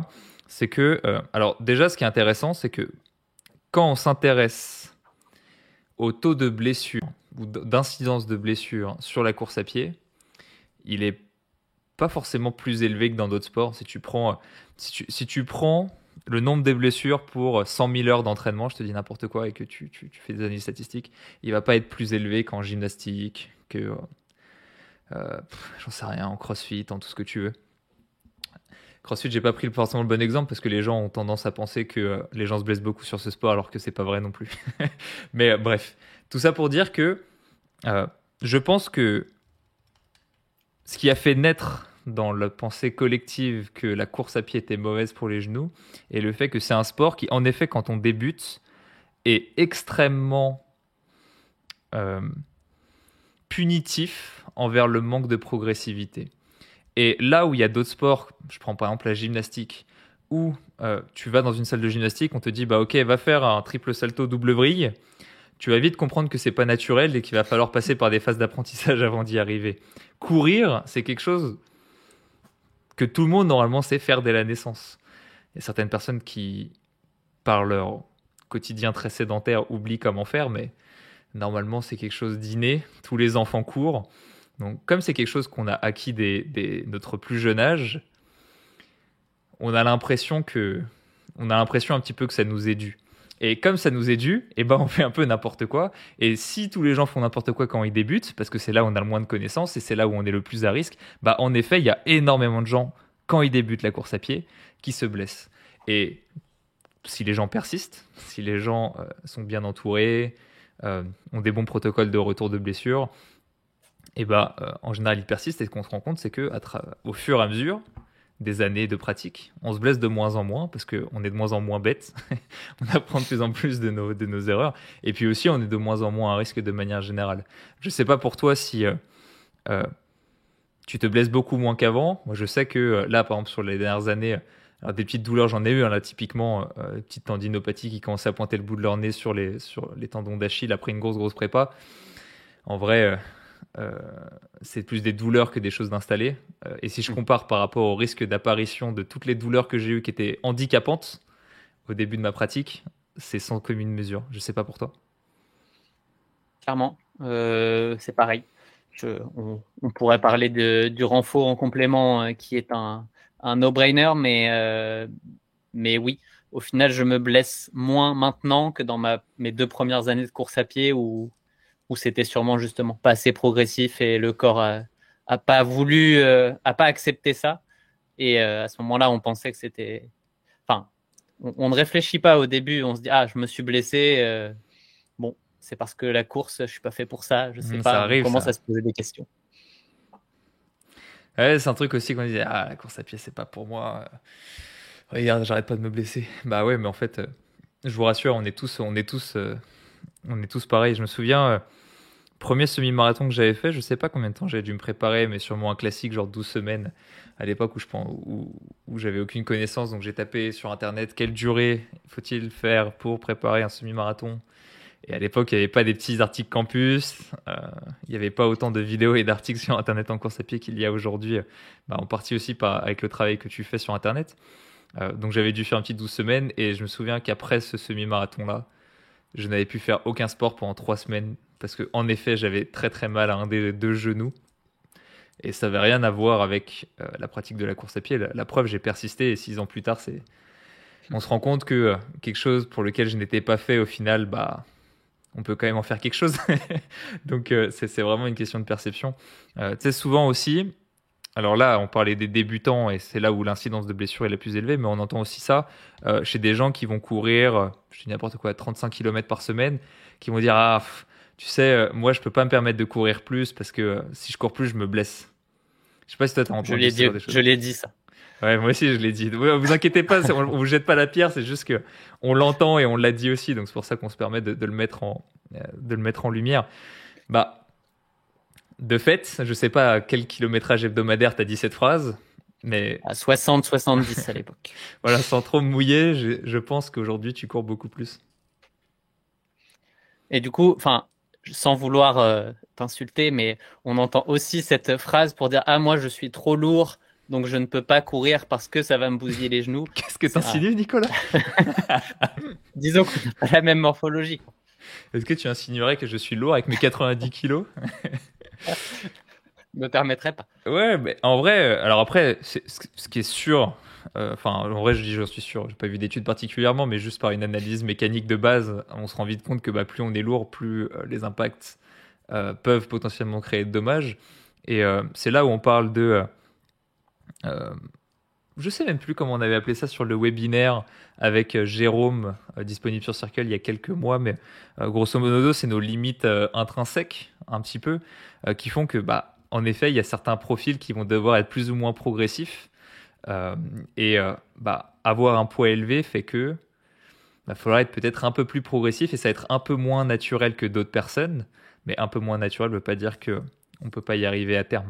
c'est que, alors déjà, ce qui est intéressant, c'est que quand on s'intéresse au taux de blessure ou d'incidence de blessure sur la course à pied, il est pas forcément plus élevé que dans d'autres sports. Si tu prends le nombre des blessures pour 100 000 heures d'entraînement, je te dis n'importe quoi, et que tu fais des analyses statistiques, il va pas être plus élevé qu'en gymnastique, que, j'en sais rien, en crossfit, en tout ce que tu veux. CrossFit, j'ai pas pris forcément le bon exemple parce que les gens ont tendance à penser que les gens se blessent beaucoup sur ce sport alors que c'est pas vrai non plus. Mais bref, tout ça pour dire que euh, je pense que ce qui a fait naître dans la pensée collective que la course à pied était mauvaise pour les genoux et le fait que c'est un sport qui, en effet, quand on débute, est extrêmement euh, punitif envers le manque de progressivité. Et là où il y a d'autres sports, je prends par exemple la gymnastique, où tu vas dans une salle de gymnastique, on te dit bah ok, va faire un triple salto double vrille. Tu vas vite comprendre que c'est pas naturel et qu'il va falloir passer par des phases d'apprentissage avant d'y arriver. Courir, c'est quelque chose que tout le monde normalement sait faire dès la naissance. Il y a certaines personnes qui, par leur quotidien très sédentaire, oublient comment faire, mais normalement c'est quelque chose d'inné. Tous les enfants courent. Donc, comme c'est quelque chose qu'on a acquis dès notre plus jeune âge, on a l'impression un petit peu que ça nous est dû. Et comme ça nous est dû, eh ben on fait un peu n'importe quoi. Et si tous les gens font n'importe quoi quand ils débutent, parce que c'est là où on a le moins de connaissances et c'est là où on est le plus à risque, bah en effet, il y a énormément de gens quand ils débutent la course à pied qui se blessent. Et si les gens persistent, si les gens sont bien entourés, ont des bons protocoles de retour de blessure, et bah, en général, ils persistent. Et ce qu'on se rend compte, c'est que au fur et à mesure des années de pratique, on se blesse de moins en moins parce qu'on est de moins en moins bête. On apprend de plus en plus de nos erreurs. Et puis aussi, on est de moins en moins à risque de manière générale. Je ne sais pas pour toi si euh, tu te blesses beaucoup moins qu'avant. Moi, je sais que là, par exemple, sur les dernières années, alors des petites douleurs, j'en ai eu. Hein, là, typiquement, petite tendinopathie qui commençait à pointer le bout de leur nez sur les tendons d'Achille après une grosse prépa. En vrai, euh, c'est plus des douleurs que des choses d'installées. Et si je compare par rapport au risque d'apparition de toutes les douleurs que j'ai eues qui étaient handicapantes au début de ma pratique, c'est sans commune mesure. Je sais pas pour toi. Clairement, c'est pareil. On pourrait parler du renfort en complément qui est un no-brainer, mais oui, au final, je me blesse moins maintenant que dans mes 2 premières années de course à pied où c'était sûrement justement pas assez progressif et le corps a pas voulu, a pas accepté ça. Et à ce moment-là, on pensait que c'était. Enfin, on ne réfléchit pas au début, on se dit, ah, je me suis blessé. Bon, c'est parce que la course, je suis pas fait pour ça, je sais Ça pas. On arrive, commence ça. à se poser des questions. Ouais, c'est un truc aussi qu'on disait, ah, la course à pied, c'est pas pour moi. Regarde, j'arrête pas de me blesser. Bah ouais, mais en fait, je vous rassure, on est tous pareils. Je me souviens, premier semi-marathon que j'avais fait, je sais pas combien de temps j'avais dû me préparer, mais sûrement un classique, genre 12 semaines, à l'époque où j'avais aucune connaissance. Donc j'ai tapé sur Internet quelle durée faut-il faire pour préparer un semi-marathon. Et à l'époque, il n'y avait pas des petits articles campus, il n'y avait pas autant de vidéos et d'articles sur Internet en course à pied qu'il y a aujourd'hui, en partie aussi avec le travail que tu fais sur Internet. Donc j'avais dû faire un petit 12 semaines et je me souviens qu'après ce semi-marathon-là, je n'avais pu faire aucun sport pendant 3 semaines parce que en effet, j'avais très très mal à un des deux genoux et ça n'avait rien à voir avec la pratique de la course à pied. La preuve, j'ai persisté et 6 ans plus tard, on se rend compte que quelque chose pour lequel je n'étais pas fait au final, bah on peut quand même en faire quelque chose. Donc c'est vraiment une question de perception. Tu sais, souvent aussi, alors là, on parlait des débutants et c'est là où l'incidence de blessure est la plus élevée, mais on entend aussi ça chez des gens qui vont courir, je dis n'importe quoi, 35 km par semaine, qui vont dire, ah, tu sais, moi, je peux pas me permettre de courir plus parce que si je cours plus, je me blesse. Je sais pas si toi, tu as entendu ce genre de Je choses. l'ai dit ça. Ouais, moi aussi, je l'ai dit. Ouais, vous inquiétez pas, on vous jette pas la pierre, c'est juste que on l'entend et on l'a dit aussi, donc c'est pour ça qu'on se permet de le mettre en lumière. Bah, de fait, je sais pas à quel kilométrage hebdomadaire t'as dit cette phrase, mais À 60-70 à l'époque. voilà, sans trop me mouiller, je pense qu'aujourd'hui tu cours beaucoup plus. Et du coup, enfin, sans vouloir t'insulter, mais on entend aussi cette phrase pour dire, ah, moi, je suis trop lourd, donc je ne peux pas courir parce que ça va me bousiller les genoux. Qu'est-ce que t'insinues, Nicolas? Disons qu'on n'a pas la même morphologie, quoi. Est-ce que tu insinuerais que je suis lourd avec mes 90 kilos? Me permettrait pas. Ouais, mais en vrai, alors après, ce qui est sûr, enfin, en vrai, je dis, je suis sûr, j'ai pas vu d'études particulièrement, mais juste par une analyse mécanique de base, on se rend vite compte que bah, plus on est lourd, plus les impacts peuvent potentiellement créer de dommages. Et c'est là où on parle de, euh, je sais même plus comment on avait appelé ça sur le webinaire avec Jérôme, disponible sur Circle il y a quelques mois, mais grosso modo, c'est nos limites intrinsèques, un petit peu, qui font que, bah, en effet, il y a certains profils qui vont devoir être plus ou moins progressifs. Bah, avoir un poids élevé fait que va falloir être peut-être un peu plus progressif et ça va être un peu moins naturel que d'autres personnes. Mais un peu moins naturel ne veut pas dire que on peut pas y arriver à terme.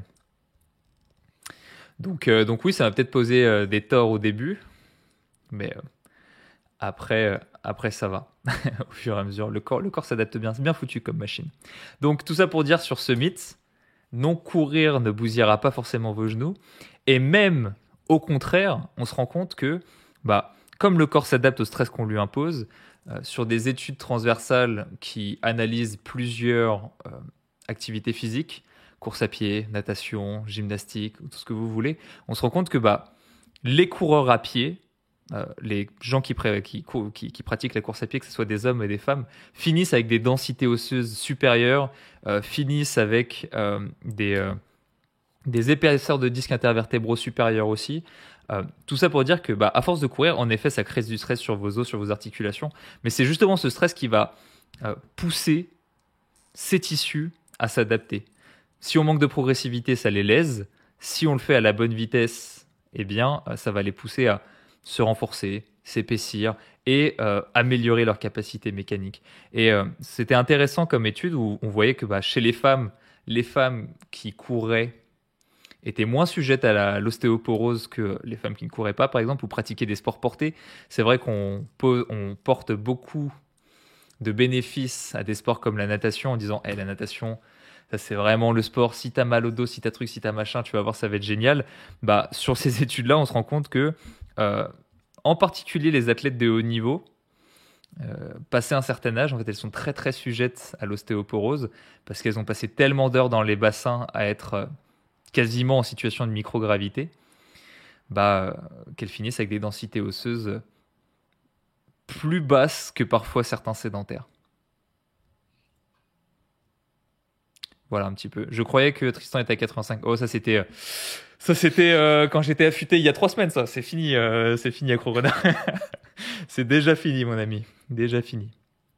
Donc oui, ça va peut-être poser des torts au début, mais après ça va. Au fur et à mesure, le corps s'adapte bien. C'est bien foutu comme machine. Donc tout ça pour dire sur ce mythe, non courir ne bousillera pas forcément vos genoux. Et même au contraire, on se rend compte que bah, comme le corps s'adapte au stress qu'on lui impose, sur des études transversales qui analysent plusieurs activités physiques, course à pied, natation, gymnastique, tout ce que vous voulez, on se rend compte que bah, les coureurs à pied, les gens qui pratiquent la course à pied, que ce soit des hommes et des femmes, finissent avec des densités osseuses supérieures, finissent avec des épaisseurs de disques intervertébraux supérieures aussi. Tout ça pour dire que, bah, à force de courir, en effet, ça crée du stress sur vos os, sur vos articulations, mais c'est justement ce stress qui va pousser ces tissus à s'adapter. Si on manque de progressivité, ça les lèse. Si on le fait à la bonne vitesse, eh bien, ça va les pousser à se renforcer, s'épaissir et améliorer leur capacité mécanique. Et c'était intéressant comme étude où on voyait que bah, chez les femmes qui couraient étaient moins sujettes à l'ostéoporose que les femmes qui ne couraient pas, par exemple, ou pratiquaient des sports portés. C'est vrai on porte beaucoup de bénéfices à des sports comme la natation en disant, la natation, ça c'est vraiment le sport. Si t'as mal au dos, si t'as truc, si t'as machin, tu vas voir, ça va être génial. Bah, sur ces études-là, on se rend compte que, en particulier les athlètes de haut niveau, passé un certain âge, en fait, elles sont très très sujettes à l'ostéoporose parce qu'elles ont passé tellement d'heures dans les bassins à être quasiment en situation de microgravité, bah, qu'elles finissent avec des densités osseuses plus basses que parfois certains sédentaires. Voilà un petit peu. Je croyais que Tristan était à 85. Oh, ça c'était quand j'étais affûté il y a 3 semaines. Ça, c'est fini à Corona. C'est déjà fini, mon ami. Déjà fini.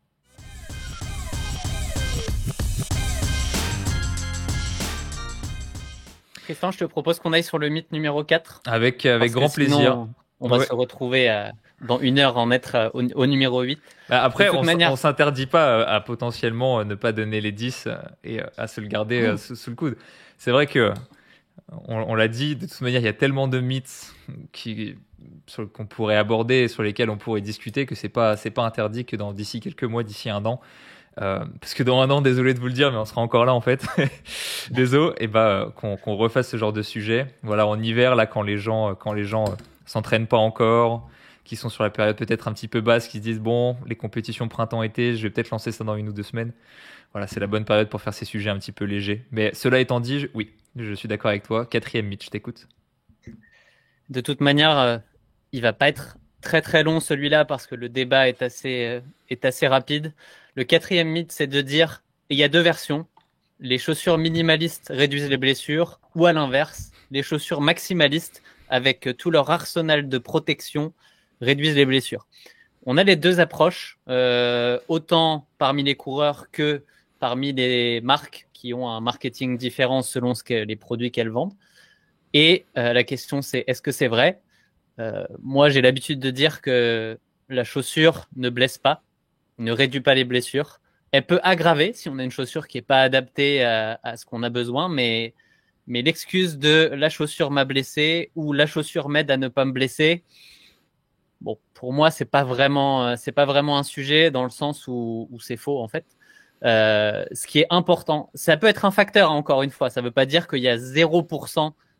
Tristan, je te propose qu'on aille sur le mythe numéro 4. Avec Parce grand que sinon, plaisir. on va Ouais. se retrouver dans 1 heure en être au numéro 8. Bah, après, De toute manière, on s'interdit pas à potentiellement ne pas donner les 10 et à se le garder sous le coude. C'est vrai que, on l'a dit, de toute manière, il y a tellement de mythes qu'on pourrait aborder et sur lesquels on pourrait discuter que c'est pas interdit que d'ici quelques mois, d'ici un an, parce que dans un an, désolé de vous le dire, mais on sera encore là en fait. Désolé, et bah qu'on refasse ce genre de sujet. Voilà, en hiver là, quand les gens s'entraînent pas encore, qui sont sur la période peut-être un petit peu basse, qui se disent bon, les compétitions printemps-été, je vais peut-être lancer ça dans 1 ou 2 semaines. Voilà, c'est la bonne période pour faire ces sujets un petit peu légers. Mais cela étant dit, oui, je suis d'accord avec toi. 4e mythe, je t'écoute. de toute manière, il va pas être très très long celui-là parce que le débat est assez rapide. Le 4e mythe, c'est de dire, il y a 2 versions. Les chaussures minimalistes réduisent les blessures ou à l'inverse, les chaussures maximalistes avec tout leur arsenal de protection réduisent les blessures. On a les 2 approches, autant parmi les coureurs que parmi les marques qui ont un marketing différent selon les produits qu'elles vendent. Et la question c'est, est-ce que c'est vrai? Moi, j'ai l'habitude de dire que la chaussure ne blesse pas, ne réduit pas les blessures. Elle peut aggraver si on a une chaussure qui n'est pas adaptée à ce qu'on a besoin, mais l'excuse de la chaussure m'a blessé ou la chaussure m'aide à ne pas me blesser, bon, pour moi, c'est pas vraiment un sujet dans le sens où c'est faux en fait. Ce qui est important, ça peut être un facteur, hein, encore une fois, ça veut pas dire qu'il y a 0%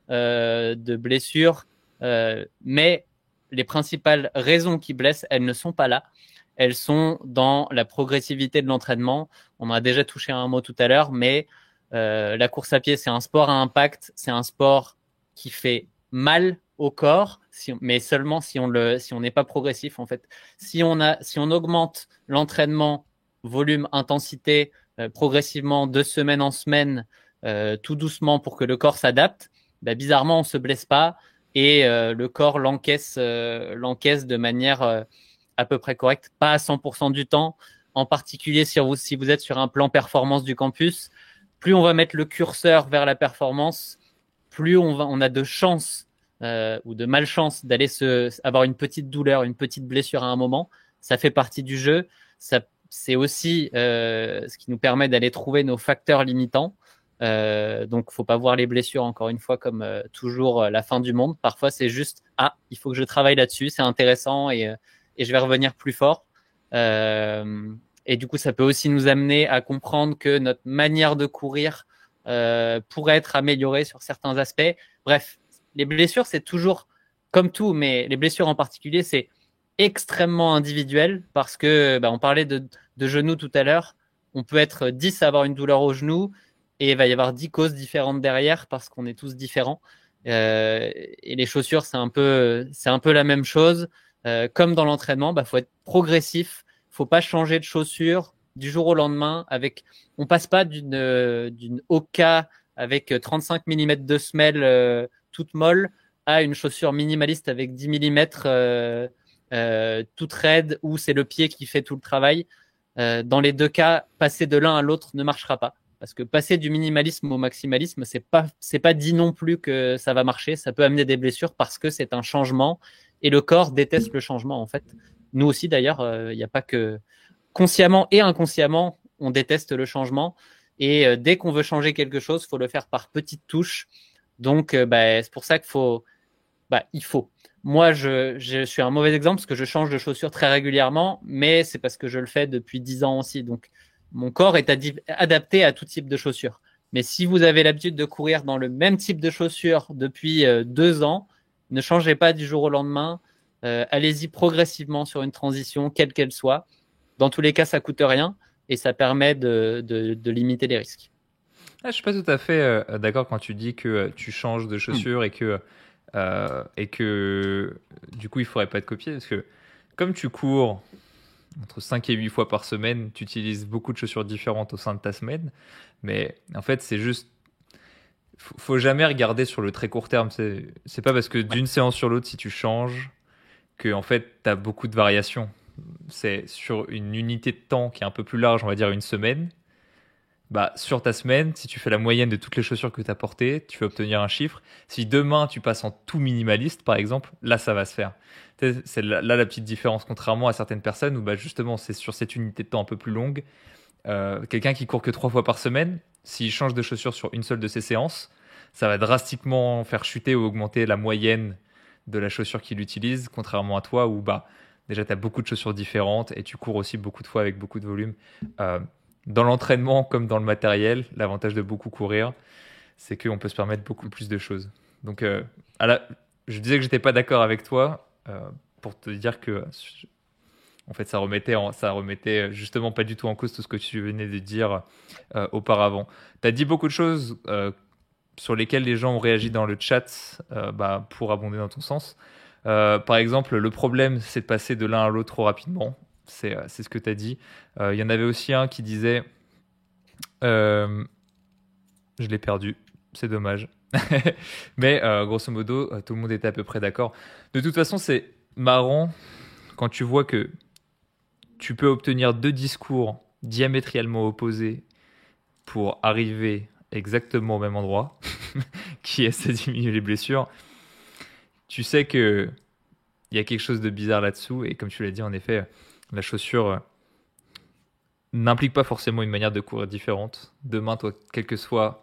de blessures, mais les principales raisons qui blessent, elles ne sont pas là. Elles sont dans la progressivité de l'entraînement. On a déjà touché à un mot tout à l'heure, mais la course à pied, c'est un sport à impact, c'est un sport qui fait mal au corps, mais seulement si on n'est pas progressif en fait. Si on augmente l'entraînement, volume, intensité progressivement de semaine en semaine, tout doucement pour que le corps s'adapte, bah, bizarrement on se blesse pas et le corps l'encaisse de manière à peu près correcte, pas à 100% du temps. En particulier si vous êtes sur un plan performance du campus, plus on va mettre le curseur vers la performance, plus on a de chances ou de malchance d'aller avoir une petite douleur, une petite blessure à un moment. Ça fait partie du jeu. C'est aussi ce qui nous permet d'aller trouver nos facteurs limitants. Donc, faut pas voir les blessures encore une fois comme toujours la fin du monde. Parfois, c'est juste il faut que je travaille là-dessus, c'est intéressant et je vais revenir plus fort. Et du coup, ça peut aussi nous amener à comprendre que notre manière de courir pourrait être améliorée sur certains aspects. Bref, les blessures, c'est toujours comme tout, mais les blessures en particulier, c'est extrêmement individuel parce que on parlait de genoux tout à l'heure. On peut être 10 à avoir une douleur au genou et il va y avoir 10 causes différentes derrière parce qu'on est tous différents. Et les chaussures, c'est un peu la même chose. Comme dans l'entraînement, faut être progressif. Faut pas changer de chaussure du jour au lendemain. On passe pas d'une Oka avec 35 mm de semelle toute molle à une chaussure minimaliste avec 10 mm toute raide où c'est le pied qui fait tout le travail. Dans les deux cas, passer de l'un à l'autre ne marchera pas. Parce que passer du minimalisme au maximalisme, c'est pas dit non plus que ça va marcher. Ça peut amener des blessures parce que c'est un changement et le corps déteste le changement en fait. Nous aussi d'ailleurs, il n'y a pas que consciemment et inconsciemment, on déteste le changement. Et dès qu'on veut changer quelque chose, faut le faire par petites touches. Donc, c'est pour ça il faut. Moi, je suis un mauvais exemple parce que je change de chaussures très régulièrement, mais c'est parce que je le fais depuis 10 ans aussi. Donc, mon corps est adapté à tout type de chaussures. Mais si vous avez l'habitude de courir dans le même type de chaussures depuis 2 ans, ne changez pas du jour au lendemain. Allez-y progressivement sur une transition, quelle qu'elle soit. Dans tous les cas, ça coûte rien et ça permet de limiter les risques. Je suis pas tout à fait d'accord quand tu dis que tu changes de chaussures et que du coup il faudrait pas te copier parce que comme tu cours entre 5 et 8 fois par semaine, tu utilises beaucoup de chaussures différentes au sein de ta semaine, mais en fait c'est juste faut jamais regarder sur le très court terme, c'est pas parce que d'une séance sur l'autre si tu changes que en fait tu as beaucoup de variations. C'est sur une unité de temps qui est un peu plus large, on va dire une semaine. Sur ta semaine, si tu fais la moyenne de toutes les chaussures que tu as portées, tu vas obtenir un chiffre. Si demain tu passes en tout minimaliste, par exemple, là ça va se faire. C'est là la petite différence, contrairement à certaines personnes où justement c'est sur cette unité de temps un peu plus longue. Quelqu'un qui court que 3 fois par semaine, s'il change de chaussures sur une seule de ses séances, ça va drastiquement faire chuter ou augmenter la moyenne de la chaussure qu'il utilise, contrairement à toi où déjà tu as beaucoup de chaussures différentes et tu cours aussi beaucoup de fois avec beaucoup de volume. Dans l'entraînement comme dans le matériel, l'avantage de beaucoup courir, c'est qu'on peut se permettre beaucoup plus de choses. Donc, je disais que j'étais pas d'accord avec toi pour te dire que, en fait, ça remettait justement pas du tout en cause tout ce que tu venais de dire auparavant. Tu as dit beaucoup de choses sur lesquelles les gens ont réagi dans le chat pour abonder dans ton sens. Par exemple, le problème, c'est de passer de l'un à l'autre trop rapidement. C'est ce que tu as dit. Il y en avait aussi un qui disait je l'ai perdu, c'est dommage. Mais grosso modo, tout le monde était à peu près d'accord. De toute façon, c'est marrant quand tu vois que tu peux obtenir 2 discours diamétralement opposés pour arriver exactement au même endroit, qui est ça diminue les blessures. Tu sais que il y a quelque chose de bizarre là-dessous, et comme tu l'as dit, en effet, la chaussure n'implique pas forcément une manière de courir différente. Demain, toi, quel que soit,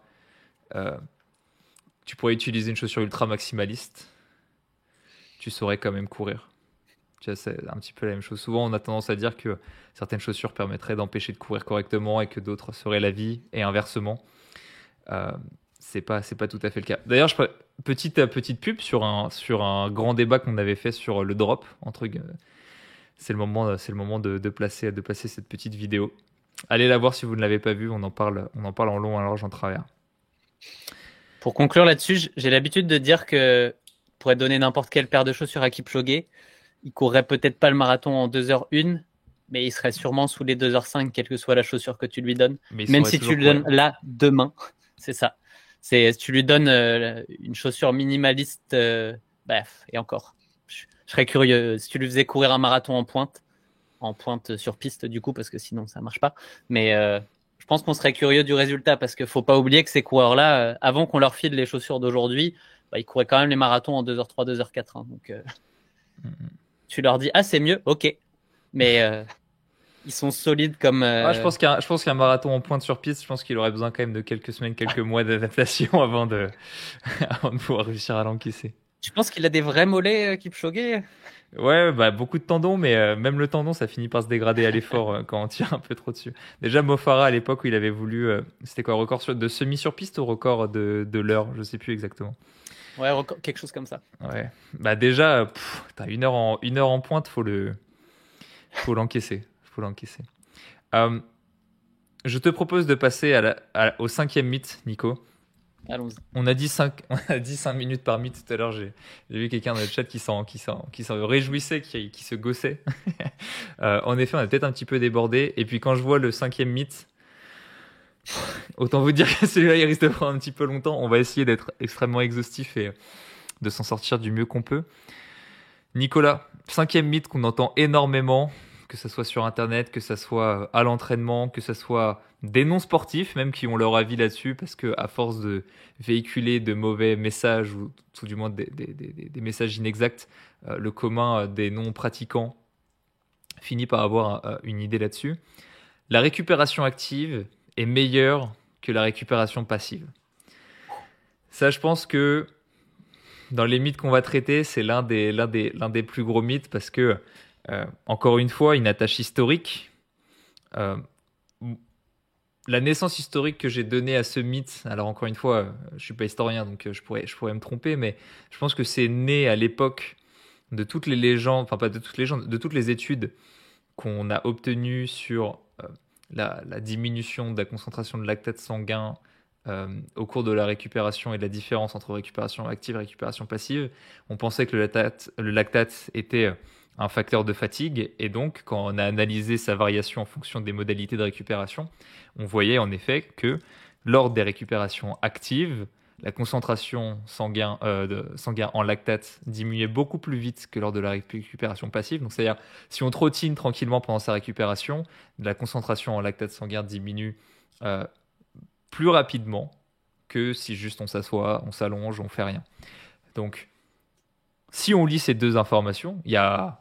tu pourrais utiliser une chaussure ultra maximaliste, tu saurais quand même courir. Tu vois, c'est un petit peu la même chose. Souvent, on a tendance à dire que certaines chaussures permettraient d'empêcher de courir correctement et que d'autres seraient la vie, et inversement. c'est pas tout à fait le cas. D'ailleurs, petite pub sur un grand débat qu'on avait fait sur le drop entre c'est le moment de placer cette petite vidéo. Allez la voir si vous ne l'avez pas vue, on en parle en long, en large, en travers. Pour conclure là-dessus, j'ai l'habitude de dire que pour être donné n'importe quelle paire de chaussures à Kipchoge, il courrait peut-être pas le marathon en 2h01, mais il serait sûrement sous les 2h05, quelle que soit la chaussure que tu lui donnes. Même si tu lui donnes là, demain, c'est ça. Si tu lui donnes une chaussure minimaliste, bref, et encore. Je serais curieux si tu lui faisais courir un marathon en pointe sur piste du coup, parce que sinon ça marche pas. Mais je pense qu'on serait curieux du résultat, parce qu'il faut pas oublier que ces coureurs-là, avant qu'on leur file les chaussures d'aujourd'hui, ils couraient quand même les marathons en 2h03, 2h04. Donc tu leur dis, c'est mieux, ok. Mais ils sont solides comme... je pense qu'un marathon en pointe sur piste, je pense qu'il aurait besoin quand même de quelques semaines, quelques mois d'adaptation avant de pouvoir réussir à l'encaisser. Tu penses qu'il a des vrais mollets, Kipchoge? Ouais, beaucoup de tendons, mais même le tendon, ça finit par se dégrader à l'effort quand on tire un peu trop dessus. Déjà, Mo Farah, à l'époque où il avait voulu... c'était quoi, record de semi sur piste ou record de l'heure? Je sais plus exactement. Ouais, quelque chose comme ça. Ouais. Déjà, t'as une heure en pointe, faut l'encaisser. Je te propose de passer au 5e mythe, Nico. Allons-y. On a dit 5 minutes par mythe tout à l'heure. J'ai vu quelqu'un dans le chat qui s'en réjouissait, qui se gossait. En effet, on a peut-être un petit peu débordé. Et puis quand je vois le 5e mythe, autant vous dire que celui-là, il risque de prendre un petit peu longtemps. On va essayer d'être extrêmement exhaustif et de s'en sortir du mieux qu'on peut. Nicolas, 5e mythe qu'on entend énormément, que ce soit sur Internet, que ce soit à l'entraînement, que ce soit des non-sportifs même qui ont leur avis là-dessus, parce que à force de véhiculer de mauvais messages, ou tout du moins des messages inexacts, le commun des non-pratiquants finit par avoir une idée là-dessus. La récupération active est meilleure que la récupération passive. Ça, je pense que dans les mythes qu'on va traiter, c'est l'un des plus gros mythes, parce que encore une fois, une attache historique. La naissance historique que j'ai donnée à ce mythe, alors encore une fois, je suis pas historien, donc je pourrais me tromper, mais je pense que c'est né à l'époque de toutes les légendes, enfin pas de toutes les légendes, de toutes les études qu'on a obtenues sur la diminution de la concentration de lactate sanguin au cours de la récupération et de la différence entre récupération active et récupération passive. On pensait que le lactate était un facteur de fatigue, et donc quand on a analysé sa variation en fonction des modalités de récupération, on voyait en effet que lors des récupérations actives, la concentration sanguine en lactate diminuait beaucoup plus vite que lors de la récupération passive. Donc c'est-à-dire, si on trottine tranquillement pendant sa récupération, la concentration en lactate sanguin diminue plus rapidement que si juste on s'assoit, on s'allonge, on fait rien. Donc, si on lit ces deux informations, il y a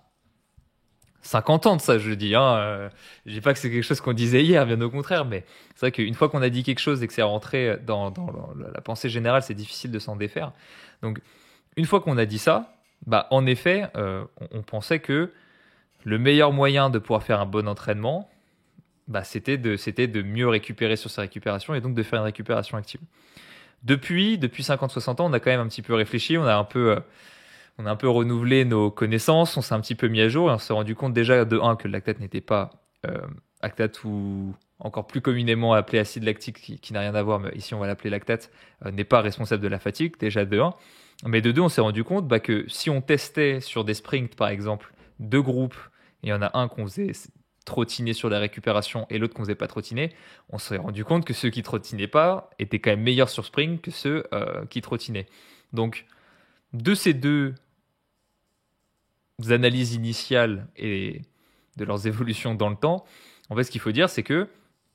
50 ans de ça, je dis. Je dis pas que c'est quelque chose qu'on disait hier, bien au contraire, mais c'est vrai qu'une fois qu'on a dit quelque chose et que c'est rentré dans la pensée générale, c'est difficile de s'en défaire. Donc, une fois qu'on a dit ça, en effet, on pensait que le meilleur moyen de pouvoir faire un bon entraînement, c'était de mieux récupérer sur sa récupération, et donc de faire une récupération active. Depuis 50-60 ans, on a quand même un petit peu réfléchi, on a un peu renouvelé nos connaissances, on s'est un petit peu mis à jour, et on s'est rendu compte déjà de 1 que le lactate n'était pas lactate, ou encore plus communément appelé acide lactique, qui n'a rien à voir, mais ici on va l'appeler lactate, n'est pas responsable de la fatigue, déjà de 1. Mais de 2, on s'est rendu compte que si on testait sur des sprints par exemple, 2 groupes, et il y en a un qu'on faisait trottiner sur la récupération et l'autre qu'on faisait pas trottiner, on s'est rendu compte que ceux qui trottinaient pas étaient quand même meilleurs sur sprint que ceux qui trottinaient. Donc, de ces deux analyses initiales et de leurs évolutions dans le temps, en fait, ce qu'il faut dire, c'est que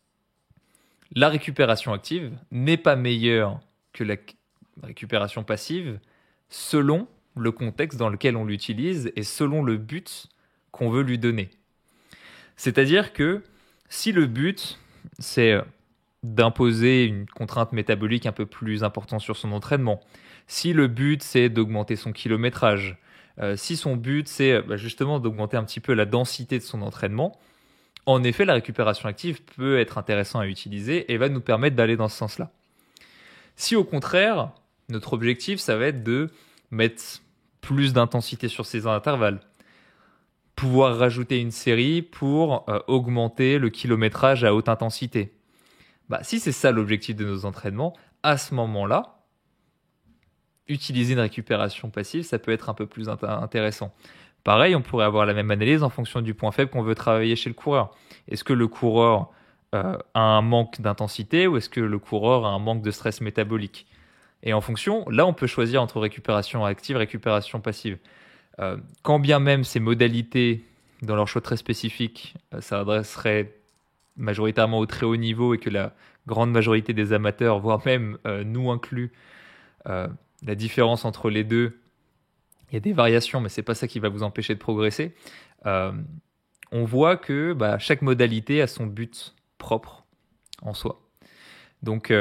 la récupération active n'est pas meilleure que la récupération passive selon le contexte dans lequel on l'utilise et selon le but qu'on veut lui donner. C'est-à-dire que si le but, c'est d'imposer une contrainte métabolique un peu plus importante sur son entraînement, si le but, c'est d'augmenter son kilométrage, si son but, c'est justement d'augmenter un petit peu la densité de son entraînement, en effet, la récupération active peut être intéressante à utiliser et va nous permettre d'aller dans ce sens-là. Si au contraire, notre objectif, ça va être de mettre plus d'intensité sur ces intervalles, pouvoir rajouter une série pour augmenter le kilométrage à haute intensité. Bah, si c'est ça l'objectif de nos entraînements, à ce moment-là, utiliser une récupération passive, ça peut être un peu plus intéressant. Pareil, on pourrait avoir la même analyse en fonction du point faible qu'on veut travailler chez le coureur. Est-ce que le coureur a un manque d'intensité ou est-ce que le coureur a un manque de stress métabolique? Et en fonction, là, on peut choisir entre récupération active et récupération passive. Quand bien même ces modalités, dans leur choix très spécifique, s'adresseraient majoritairement au très haut niveau et que la grande majorité des amateurs, voire même nous inclus, la différence entre les deux, il y a des variations, mais c'est pas ça qui va vous empêcher de progresser. On voit que chaque modalité a son but propre en soi. Donc,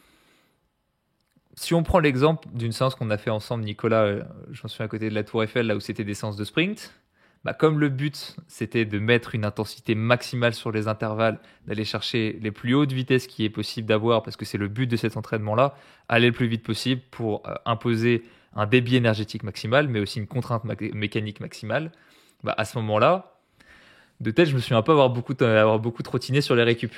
si on prend l'exemple d'une séance qu'on a fait ensemble, Nicolas, j'en suis à côté de la Tour Eiffel, là où c'était des séances de sprint, comme le but c'était de mettre une intensité maximale sur les intervalles, d'aller chercher les plus hautes vitesses qui est possible d'avoir, parce que c'est le but de cet entraînement-là, aller le plus vite possible pour imposer un débit énergétique maximal, mais aussi une contrainte mécanique maximale, à ce moment-là, de tête, je me souviens pas avoir beaucoup trottiné sur les récup.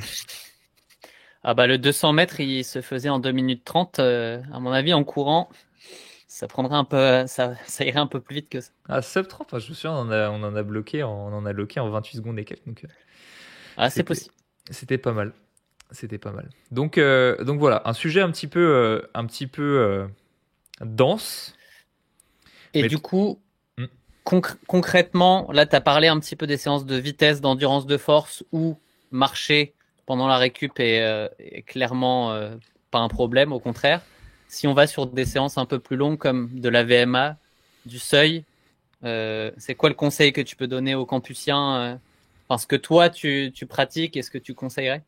Ah le 200 mètres, il se faisait en 2 minutes 30. À mon avis, en courant, ça prendrait un peu, ça irait un peu plus vite que ça. Ah, sub 30, je me souviens, on en a bloqué en 28 secondes et quelques. Donc, c'est possible. C'était pas mal. C'était pas mal. Donc voilà, un sujet un petit peu dense. Et du coup, concrètement, là, tu as parlé un petit peu des séances de vitesse, d'endurance de force où marcher pendant la récup est clairement pas un problème, au contraire. Si on va sur des séances un peu plus longues comme de la VMA, du seuil, c'est quoi le conseil que tu peux donner aux campusiens parce que toi, tu pratiques, est-ce que tu conseillerais?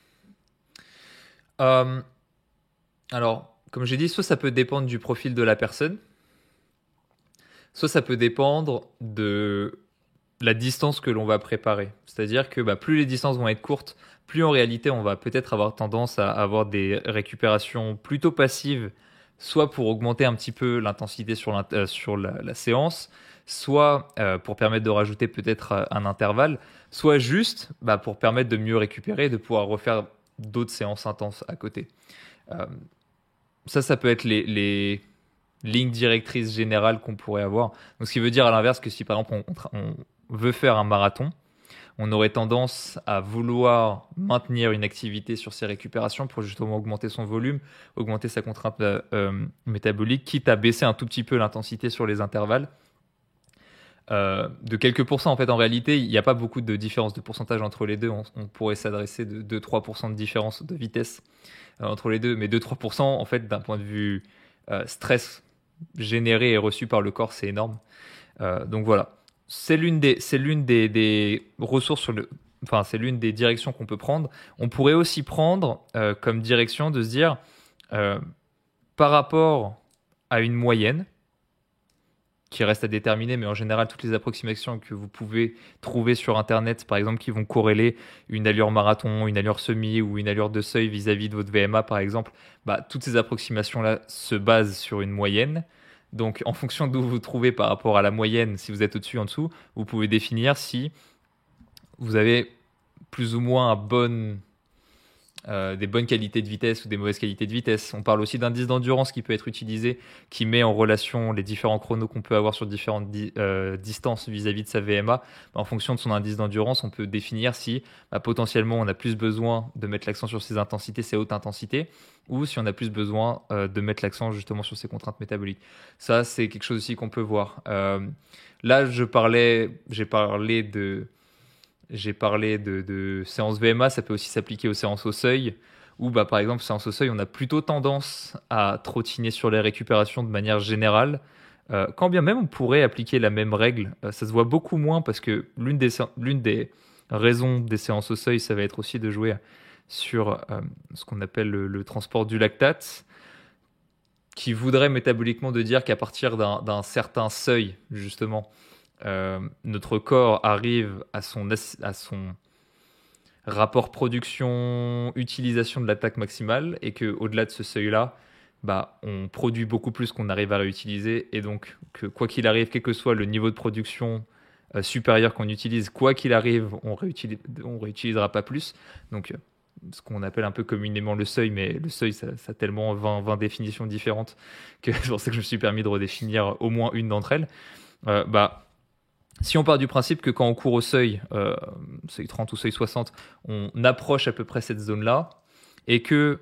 Alors, comme j'ai dit, soit ça peut dépendre du profil de la personne, soit ça peut dépendre de la distance que l'on va préparer. C'est-à-dire que plus les distances vont être courtes, plus en réalité on va peut-être avoir tendance à avoir des récupérations plutôt passives, soit pour augmenter un petit peu l'intensité sur la séance, soit pour permettre de rajouter peut-être un intervalle, soit juste pour permettre de mieux récupérer, de pouvoir refaire d'autres séances intenses à côté. Ça peut être les lignes directrices générales qu'on pourrait avoir. Donc, ce qui veut dire à l'inverse que si par exemple on veut faire un marathon, on aurait tendance à vouloir maintenir une activité sur ses récupérations pour justement augmenter son volume, augmenter sa contrainte métabolique, quitte à baisser un tout petit peu l'intensité sur les intervalles. De quelques pourcents, en fait, en réalité, il n'y a pas beaucoup de différence de pourcentage entre les deux. On pourrait s'adresser de 2-3% de différence de vitesse entre les deux, mais 2-3%, en fait, d'un point de vue stress généré et reçu par le corps, c'est énorme. Donc voilà. C'est l'une des ressources c'est l'une des directions qu'on peut prendre. On pourrait aussi prendre comme direction de se dire par rapport à une moyenne qui reste à déterminer, mais en général toutes les approximations que vous pouvez trouver sur internet, par exemple, qui vont corréler une allure marathon, une allure semi ou une allure de seuil vis-à-vis de votre VMA par exemple, toutes ces approximations là se basent sur une moyenne. Donc, en fonction d'où vous vous trouvez par rapport à la moyenne, si vous êtes au-dessus, en dessous, vous pouvez définir si vous avez plus ou moins des bonnes qualités de vitesse ou des mauvaises qualités de vitesse. On parle aussi d'indice d'endurance qui peut être utilisé, qui met en relation les différents chronos qu'on peut avoir sur différentes distances vis-à-vis de sa VMA. En fonction de son indice d'endurance, on peut définir si potentiellement on a plus besoin de mettre l'accent sur ses intensités, ses hautes intensités, ou si on a plus besoin de mettre l'accent justement sur ses contraintes métaboliques. Ça, c'est quelque chose aussi qu'on peut voir. Là, j'ai parlé de séances VMA, ça peut aussi s'appliquer aux séances au seuil, où par exemple, séance au seuil, on a plutôt tendance à trottiner sur les récupérations de manière générale, quand bien même on pourrait appliquer la même règle. Ça se voit beaucoup moins parce que l'une des raisons des séances au seuil, ça va être aussi de jouer sur ce qu'on appelle le transport du lactate, qui voudrait métaboliquement de dire qu'à partir d'un certain seuil, justement, notre corps arrive à rapport production-utilisation de l'attaque maximale et qu'au-delà de ce seuil-là, bah, on produit beaucoup plus qu'on arrive à réutiliser et donc que quoi qu'il arrive, quel que soit le niveau de production supérieur qu'on utilise, quoi qu'il arrive, on réutilisera pas plus. Donc, ce qu'on appelle un peu communément le seuil, mais le seuil, ça a tellement 20 définitions différentes que c'est pour ça que je me suis permis de redéfinir au moins une d'entre elles. Bah, si on part du principe que quand on court au seuil, seuil 30 ou seuil 60, on approche à peu près cette zone-là et que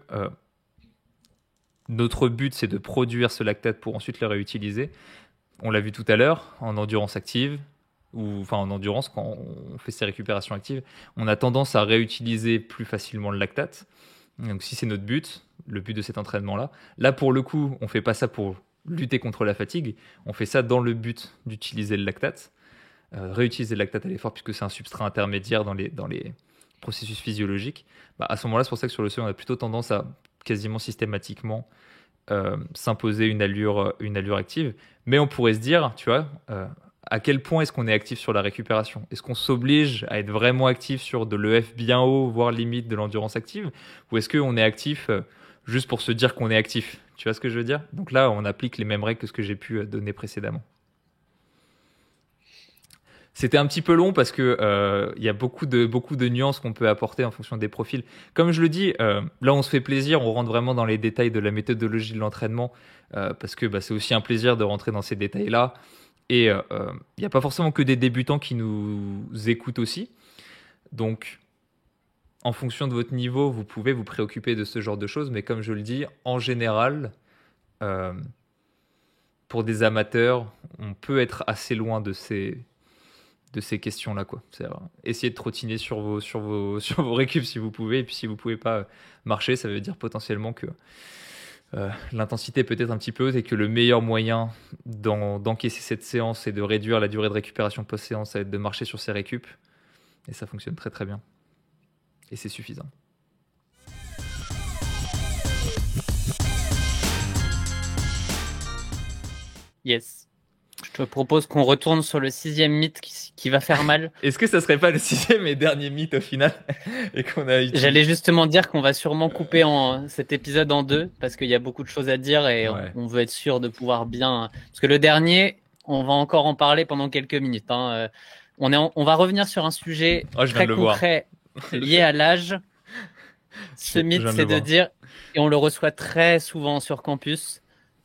notre but, c'est de produire ce lactate pour ensuite le réutiliser. On l'a vu tout à l'heure, en endurance active, ou enfin en endurance, quand on fait ces récupérations actives, on a tendance à réutiliser plus facilement le lactate. Donc si c'est notre but, le but de cet entraînement-là, là pour le coup, on fait pas ça pour lutter contre la fatigue, on fait ça dans le but d'utiliser le lactate, réutiliser le lactate à l'effort puisque c'est un substrat intermédiaire dans les processus physiologiques. Bah, à ce moment-là, c'est pour ça que sur le seuil, on a plutôt tendance à quasiment systématiquement s'imposer une allure active. Mais on pourrait se dire, tu vois, à quel point est-ce qu'on est actif sur la récupération? Est-ce qu'on s'oblige à être vraiment actif sur de l'EF bien haut, voire limite de l'endurance active? Ou est-ce qu'on est actif juste pour se dire qu'on est actif? Tu vois ce que je veux dire? Donc là, on applique les mêmes règles que ce que j'ai pu donner précédemment. C'était un petit peu long parce que y a beaucoup de nuances qu'on peut apporter en fonction des profils. Comme je le dis, là on se fait plaisir, on rentre vraiment dans les détails de la méthodologie de l'entraînement parce que c'est aussi un plaisir de rentrer dans ces détails-là. Et il n'y a pas forcément que des débutants qui nous écoutent aussi. Donc, en fonction de votre niveau, vous pouvez vous préoccuper de ce genre de choses. Mais comme je le dis, en général, pour des amateurs, on peut être assez loin de ces questions-là, quoi. C'est-à-dire, essayez de trottiner sur vos récup si vous pouvez. Et puis, si vous ne pouvez pas marcher, ça veut dire potentiellement que l'intensité peut être un petit peu haute et que le meilleur moyen d'encaisser cette séance et de réduire la durée de récupération post-séance, ça va être de marcher sur ces récup. Et ça fonctionne très très bien. Et c'est suffisant. Yes. Je te propose qu'on retourne sur le 6e mythe qui va faire mal. Est-ce que ça serait pas le 6e et dernier mythe au final et qu'on a utilisé... J'allais justement dire qu'on va sûrement couper cet épisode en deux parce qu'il y a beaucoup de choses à dire et Ouais. on veut être sûr de pouvoir bien... Parce que le dernier, on va encore en parler pendant quelques minutes. Hein. On va revenir sur un sujet très concret lié à l'âge. Ce mythe, c'est de dire, et on le reçoit très souvent sur campus,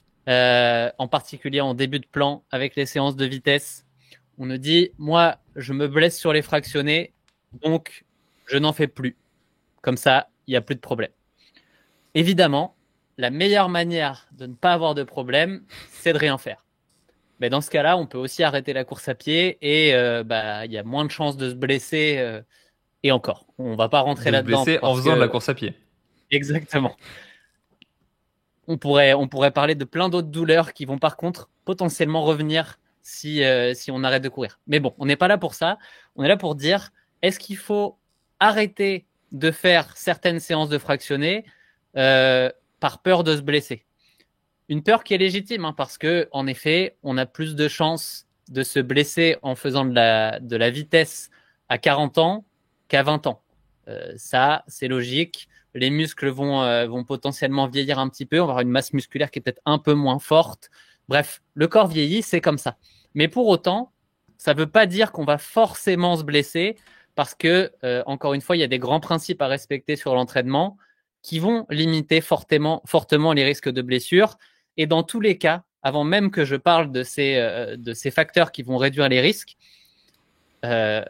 en particulier en début de plan avec les séances de vitesse. On nous dit, moi, je me blesse sur les fractionnés, donc je n'en fais plus. Comme ça, il n'y a plus de problème. Évidemment, la meilleure manière de ne pas avoir de problème, c'est de rien faire. Mais dans ce cas-là, on peut aussi arrêter la course à pied et il y a moins de chances de se blesser. Et encore, on ne va pas rentrer là-dedans. Se blesser en faisant de la course à pied. Exactement. On pourrait parler de plein d'autres douleurs qui vont par contre potentiellement revenir si on arrête de courir. Mais bon, on n'est pas là pour ça. On est là pour dire, est-ce qu'il faut arrêter de faire certaines séances de fractionnés par peur de se blesser? Une peur qui est légitime, hein, parce que en effet, on a plus de chances de se blesser en faisant de la vitesse à 40 ans qu'à 20 ans. Ça, c'est logique. Les muscles vont potentiellement vieillir un petit peu. On va avoir une masse musculaire qui est peut-être un peu moins forte. Bref, le corps vieillit, c'est comme ça. Mais pour autant, ça ne veut pas dire qu'on va forcément se blesser parce que, encore une fois, il y a des grands principes à respecter sur l'entraînement qui vont limiter fortement les risques de blessure. Et dans tous les cas, avant même que je parle de ces facteurs qui vont réduire les risques, la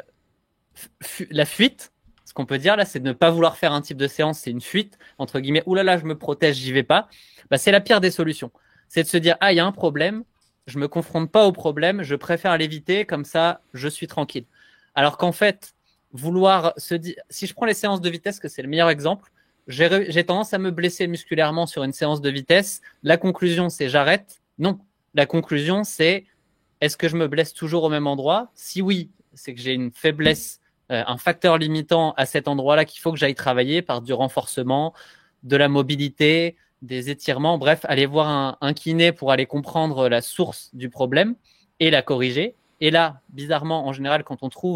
fuite, ce qu'on peut dire là, c'est de ne pas vouloir faire un type de séance, c'est une fuite, entre guillemets, oulala, je me protège, j'y vais pas. C'est la pire des solutions. C'est de se dire, il y a un problème, je me confronte pas au problème, je préfère l'éviter, comme ça, je suis tranquille. Alors qu'en fait, vouloir se dire, si je prends les séances de vitesse, que c'est le meilleur exemple, j'ai tendance à me blesser musculairement sur une séance de vitesse. La conclusion, c'est j'arrête. Non. La conclusion, c'est est-ce que je me blesse toujours au même endroit? Si oui, c'est que j'ai une faiblesse, un facteur limitant à cet endroit-là qu'il faut que j'aille travailler par du renforcement, de la mobilité, des étirements. Bref, aller voir un kiné pour aller comprendre la source du problème et la corriger. Et là, bizarrement, en général, quand on trouve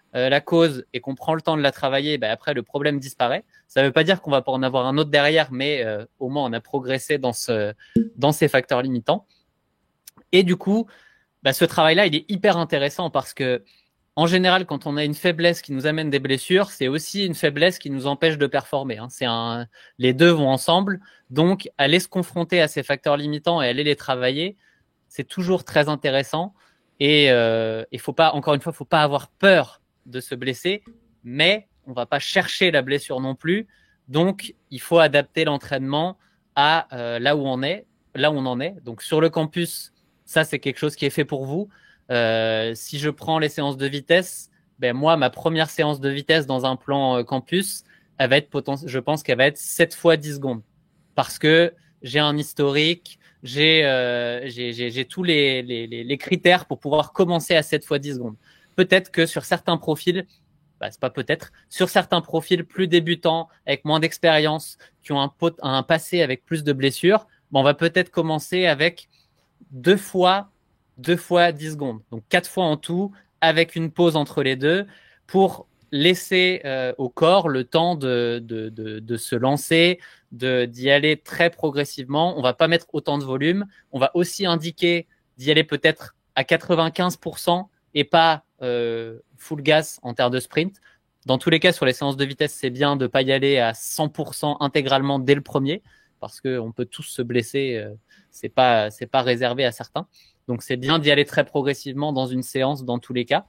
la cause et qu'on prend le temps de la travailler, ben après le problème disparaît. Ça ne veut pas dire qu'on va pas en avoir un autre derrière, mais au moins on a progressé dans ces facteurs limitants. Et du coup, ben, ce travail-là, il est hyper intéressant parce que en général, quand on a une faiblesse qui nous amène des blessures, c'est aussi une faiblesse qui nous empêche de performer. Les deux vont ensemble. Donc, aller se confronter à ces facteurs limitants et aller les travailler, c'est toujours très intéressant. Et il faut pas, encore une fois, faut pas avoir peur de se blesser, mais on va pas chercher la blessure non plus. Donc, il faut adapter l'entraînement à là où on en est. Donc, sur le campus, ça, c'est quelque chose qui est fait pour vous. Si je prends les séances de vitesse, ben moi, ma première séance de vitesse dans un plan campus, elle va être je pense qu'elle va être 7 fois 10 secondes. Parce que j'ai un historique, j'ai tous les critères pour pouvoir commencer à 7 fois 10 secondes. Peut-être que sur certains profils, c'est pas peut-être, sur certains profils plus débutants, avec moins d'expérience, qui ont un passé avec plus de blessures, on va peut-être commencer avec 2 fois 10 secondes. Donc 4 fois en tout, avec une pause entre les deux, pour laisser au corps le temps de se lancer, d'y aller très progressivement. On va pas mettre autant de volume. On va aussi indiquer d'y aller peut-être à 95% et pas full gas en termes de sprint. Dans tous les cas, sur les séances de vitesse, c'est bien de ne pas y aller à 100% intégralement dès le premier, parce qu'on peut tous se blesser. C'est pas réservé à certains. Donc, c'est bien d'y aller très progressivement dans une séance, dans tous les cas.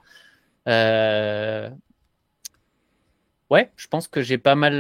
Ouais, je pense que j'ai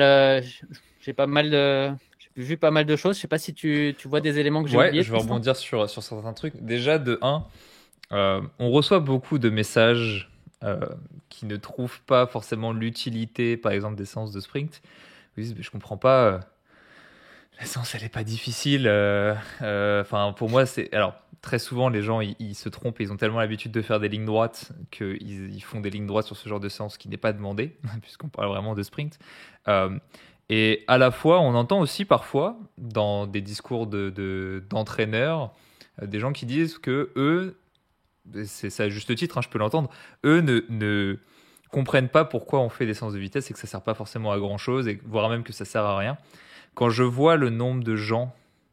vu pas mal de choses. Je sais pas si tu vois des éléments que j'ai Ouais, oubliés. je vais rebondir sur certains trucs. Déjà, de un, on reçoit beaucoup de messages qui ne trouvent pas forcément l'utilité, par exemple, des séances de sprint. Ils disent, mais je comprends pas, la séance, elle est pas difficile. Enfin, pour moi, c'est. Alors, très souvent, les gens, ils se trompent. Ils ont tellement l'habitude de faire des lignes droites qu'ils font des lignes droites sur ce genre de séance qui n'est pas demandé, puisqu'on parle vraiment de sprint. Et à la fois, on entend aussi parfois, dans des discours d'entraîneurs, des gens qui disent que eux, c'est à juste titre, hein, je peux l'entendre, eux ne comprennent pas pourquoi on fait des séances de vitesse et que ça sert pas forcément à grand chose, et voire même que ça sert à rien. Quand je vois le nombre de gens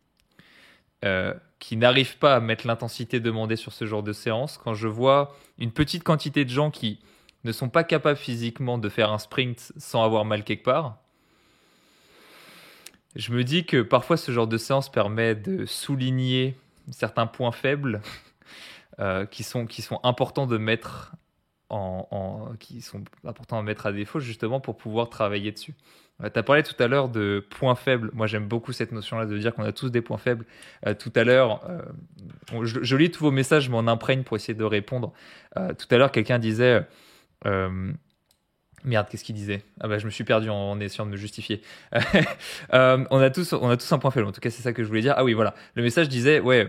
qui n'arrivent pas à mettre l'intensité demandée sur ce genre de séance, quand je vois une petite quantité de gens qui ne sont pas capables physiquement de faire un sprint sans avoir mal quelque part, je me dis que parfois ce genre de séance permet de souligner certains points faibles qui sont importants de mettre qui sont importants à mettre à défaut justement pour pouvoir travailler dessus. Tu as parlé tout à l'heure de points faibles. Moi, j'aime beaucoup cette notion-là de dire qu'on a tous des points faibles. Tout à l'heure, je lis tous vos messages, je m'en imprègne pour essayer de répondre. Tout à l'heure, quelqu'un disait... Merde, qu'est-ce qu'il disait? Ah bah je me suis perdu en essayant de me justifier. On a tous un point faible. En tout cas, c'est ça que je voulais dire. Ah oui, voilà. Le message disait, ouais,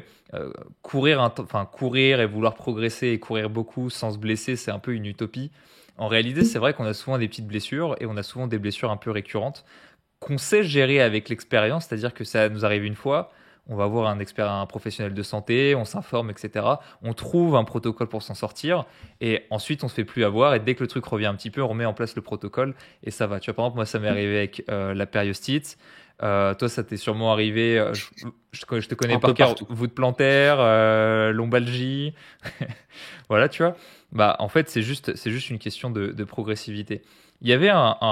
courir et vouloir progresser et courir beaucoup sans se blesser, c'est un peu une utopie. En réalité, c'est vrai qu'on a souvent des petites blessures et on a souvent des blessures un peu récurrentes qu'on sait gérer avec l'expérience. C'est-à-dire que ça nous arrive une fois. On va voir un expert, un professionnel de santé, on s'informe, etc. On trouve un protocole pour s'en sortir et ensuite on se fait plus avoir et dès que le truc revient un petit peu, on remet en place le protocole et ça va. Tu vois, par exemple, moi ça m'est arrivé avec la périostite. Toi, ça t'est sûrement arrivé. Je te connais Un par peu cœur. partout. Voûte plantaire, lombalgie. Voilà, tu vois. Bah, en fait, c'est juste une question de progressivité. Il y avait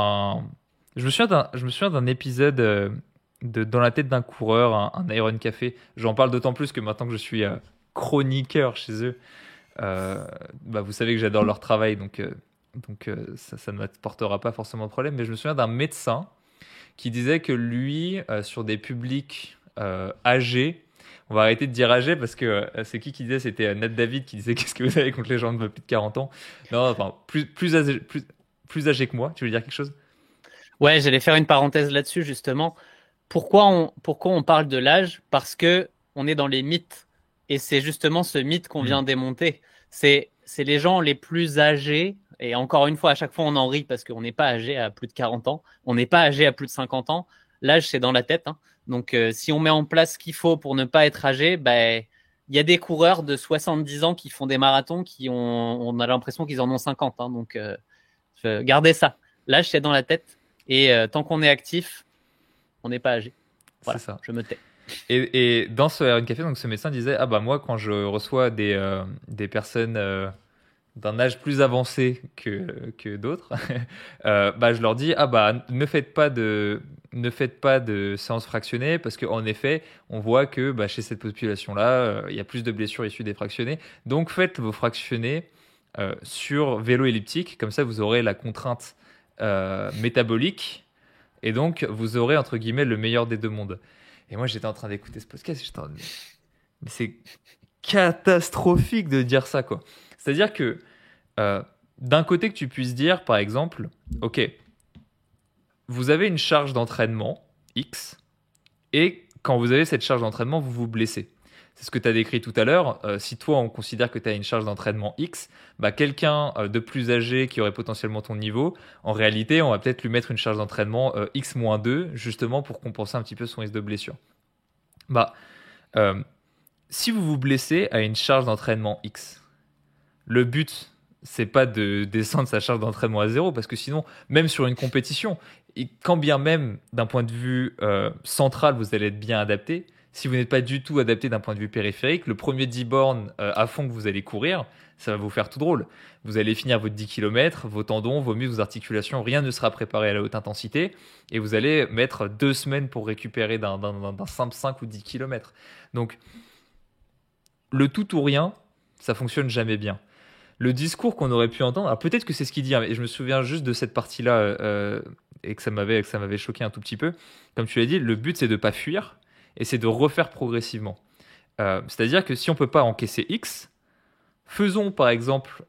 je me souviens d'un épisode dans la tête d'un coureur, un Iron Café. J'en parle d'autant plus que maintenant que je suis chroniqueur chez eux, bah, vous savez que j'adore leur travail, donc ça ne m'apportera pas forcément de problème. Mais je me souviens d'un médecin qui disait que lui, sur des publics âgés, on va arrêter de dire âgés parce que c'est qui disait? C'était Nat David qui disait qu'est-ce que vous avez contre les gens de plus de 40 ans? Non, enfin, plus âgés que moi. Tu veux dire quelque chose? Ouais, j'allais faire une parenthèse là-dessus justement. Pourquoi on parle de l'âge? Parce que on est dans les mythes. Et c'est justement ce mythe qu'on Hmm. vient démonter. C'est les gens les plus âgés. Et encore une fois, à chaque fois, on en rit parce qu'on n'est pas âgé à plus de 40 ans. On n'est pas âgé à plus de 50 ans. L'âge, c'est dans la tête, hein. Donc, si on met en place ce qu'il faut pour ne pas être âgé, ben, il y a des coureurs de 70 ans qui font des marathons on a l'impression qu'ils en ont 50, hein. Donc, Gardez ça. Lâche, c'est dans la tête. Et tant qu'on est actif, on n'est pas âgé. Voilà, C'est ça. je me tais. Et dans ce R1 Café, donc ce médecin disait, ah bah moi quand je reçois des personnes d'un âge plus avancé que d'autres, bah je leur dis, ah bah ne faites pas de séances fractionnées parce qu'en effet, on voit que bah, chez cette population-là, il y a plus de blessures issues des fractionnés. Donc faites vos fractionnés sur vélo elliptique, comme ça vous aurez la contrainte métabolique et donc vous aurez entre guillemets le meilleur des deux mondes. Et moi j'étais en train d'écouter ce podcast, et j'étais en... mais c'est catastrophique de dire ça quoi. C'est-à-dire que d'un côté que tu puisses dire par exemple, ok, vous avez une charge d'entraînement X et quand vous avez cette charge d'entraînement, vous vous blessez. C'est ce que tu as décrit tout à l'heure. Si toi, on considère que tu as une charge d'entraînement X, bah, quelqu'un de plus âgé qui aurait potentiellement ton niveau, en réalité, on va peut-être lui mettre une charge d'entraînement X-2, justement pour compenser un petit peu son risque de blessure. Bah, euh, si vous vous blessez à une charge d'entraînement X, le but, c'est pas de descendre sa charge d'entraînement à zéro, parce que sinon, même sur une compétition, et quand bien même d'un point de vue central, vous allez être bien adapté, si vous n'êtes pas du tout adapté d'un point de vue périphérique, le premier 10 bornes à fond que vous allez courir, ça va vous faire tout drôle. Vous allez finir votre 10 km, vos tendons, vos muscles, vos articulations, rien ne sera préparé à la haute intensité, et vous allez mettre 2 semaines pour récupérer d'un simple 5 ou 10 km. Donc, le tout ou rien, ça fonctionne jamais bien. Le discours qu'on aurait pu entendre, alors peut-être que c'est ce qu'il dit, hein, et je me souviens juste de cette partie-là et que ça m'avait choqué un tout petit peu. Comme tu l'as dit, le but c'est de ne pas fuir et c'est de refaire progressivement. C'est-à-dire que si on ne peut pas encaisser X, faisons par exemple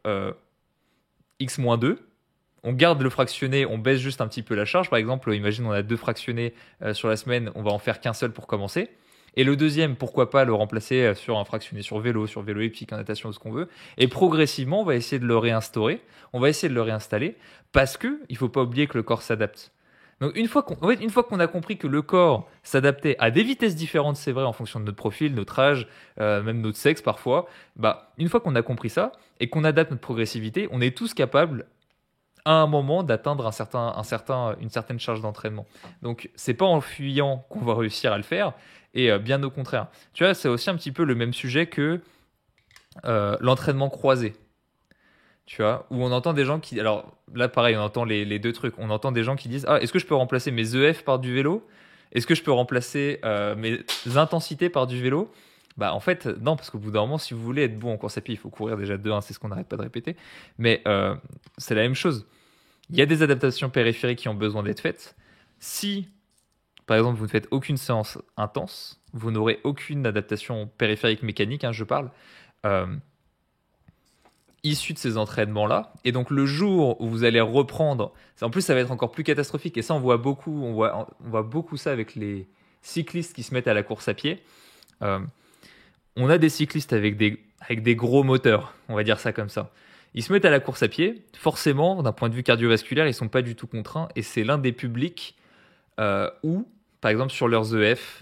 X-2, on garde le fractionné, on baisse juste un petit peu la charge. Par exemple, imagine on a 2 fractionnés sur la semaine, on va en faire qu'un seul pour commencer. Et le deuxième, pourquoi pas le remplacer sur un fractionné sur vélo elliptique, en natation, ce qu'on veut. Et progressivement, on va essayer de le réinstaurer, on va essayer de le réinstaller, parce que il faut pas oublier que le corps s'adapte. Donc une fois qu'on a compris que le corps s'adaptait à des vitesses différentes, c'est vrai, en fonction de notre profil, notre âge, même notre sexe parfois, bah, une fois qu'on a compris ça et qu'on adapte notre progressivité, on est tous capables à un moment d'atteindre une certaine charge d'entraînement. Donc c'est pas en fuyant qu'on va réussir à le faire, et bien au contraire. Tu vois, c'est aussi un petit peu le même sujet que l'entraînement croisé. Tu vois, où on entend des gens qui... Alors là, pareil, on entend les deux trucs. On entend des gens qui disent, ah, est-ce que je peux remplacer mes EF par du vélo? Est-ce que je peux remplacer mes intensités par du vélo? Bah en fait, non, parce qu'au bout d'un moment, si vous voulez être bon en course à pied, il faut courir déjà 2-1, c'est ce qu'on n'arrête pas de répéter. Mais c'est la même chose. Il y a des adaptations périphériques qui ont besoin d'être faites. Si, par exemple, vous ne faites aucune séance intense, vous n'aurez aucune adaptation périphérique mécanique, hein, je parle, euh, issue de ces entraînements-là. Et donc, le jour où vous allez reprendre, en plus, ça va être encore plus catastrophique. Et ça, on voit beaucoup ça avec les cyclistes qui se mettent à la course à pied. Euh, on a des cyclistes avec des gros moteurs, on va dire ça comme ça. Ils se mettent à la course à pied, forcément, d'un point de vue cardiovasculaire, ils ne sont pas du tout contraints, et c'est l'un des publics où, par exemple, sur leurs EF,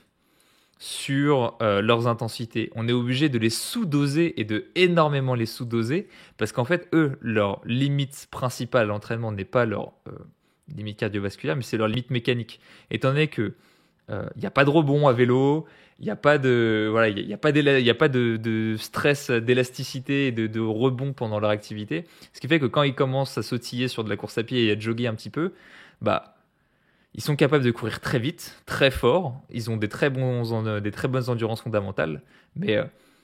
sur leurs intensités, on est obligé de les sous-doser et de énormément les sous-doser, parce qu'en fait, eux, leur limite principale à l'entraînement n'est pas leur limite cardiovasculaire, mais c'est leur limite mécanique. Étant donné que il n'y a pas de rebond à vélo, il n'y a pas de voilà, il y a pas de stress d'élasticité et de rebond pendant leur activité, ce qui fait que quand ils commencent à sautiller sur de la course à pied et à jogger un petit peu, bah ils sont capables de courir très vite, très fort, ils ont des très bonnes endurances fondamentales, mais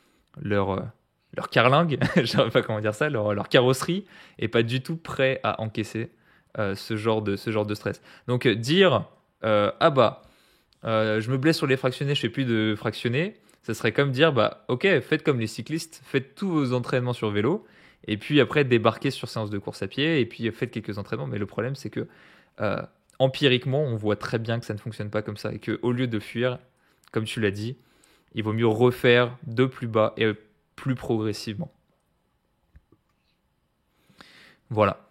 leur carlingue, je ne sais pas comment dire ça, leur carrosserie est pas du tout prêt à encaisser ce genre de stress. Donc dire ah bah je me blesse sur les fractionnés, je fais plus de fractionnés, ça serait comme dire bah ok, faites comme les cyclistes, faites tous vos entraînements sur vélo et puis après débarquez sur séance de course à pied et puis faites quelques entraînements. Mais le problème c'est que euh, empiriquement on voit très bien que ça ne fonctionne pas comme ça et que au lieu de fuir, comme tu l'as dit, il vaut mieux refaire de plus bas et plus progressivement. Voilà.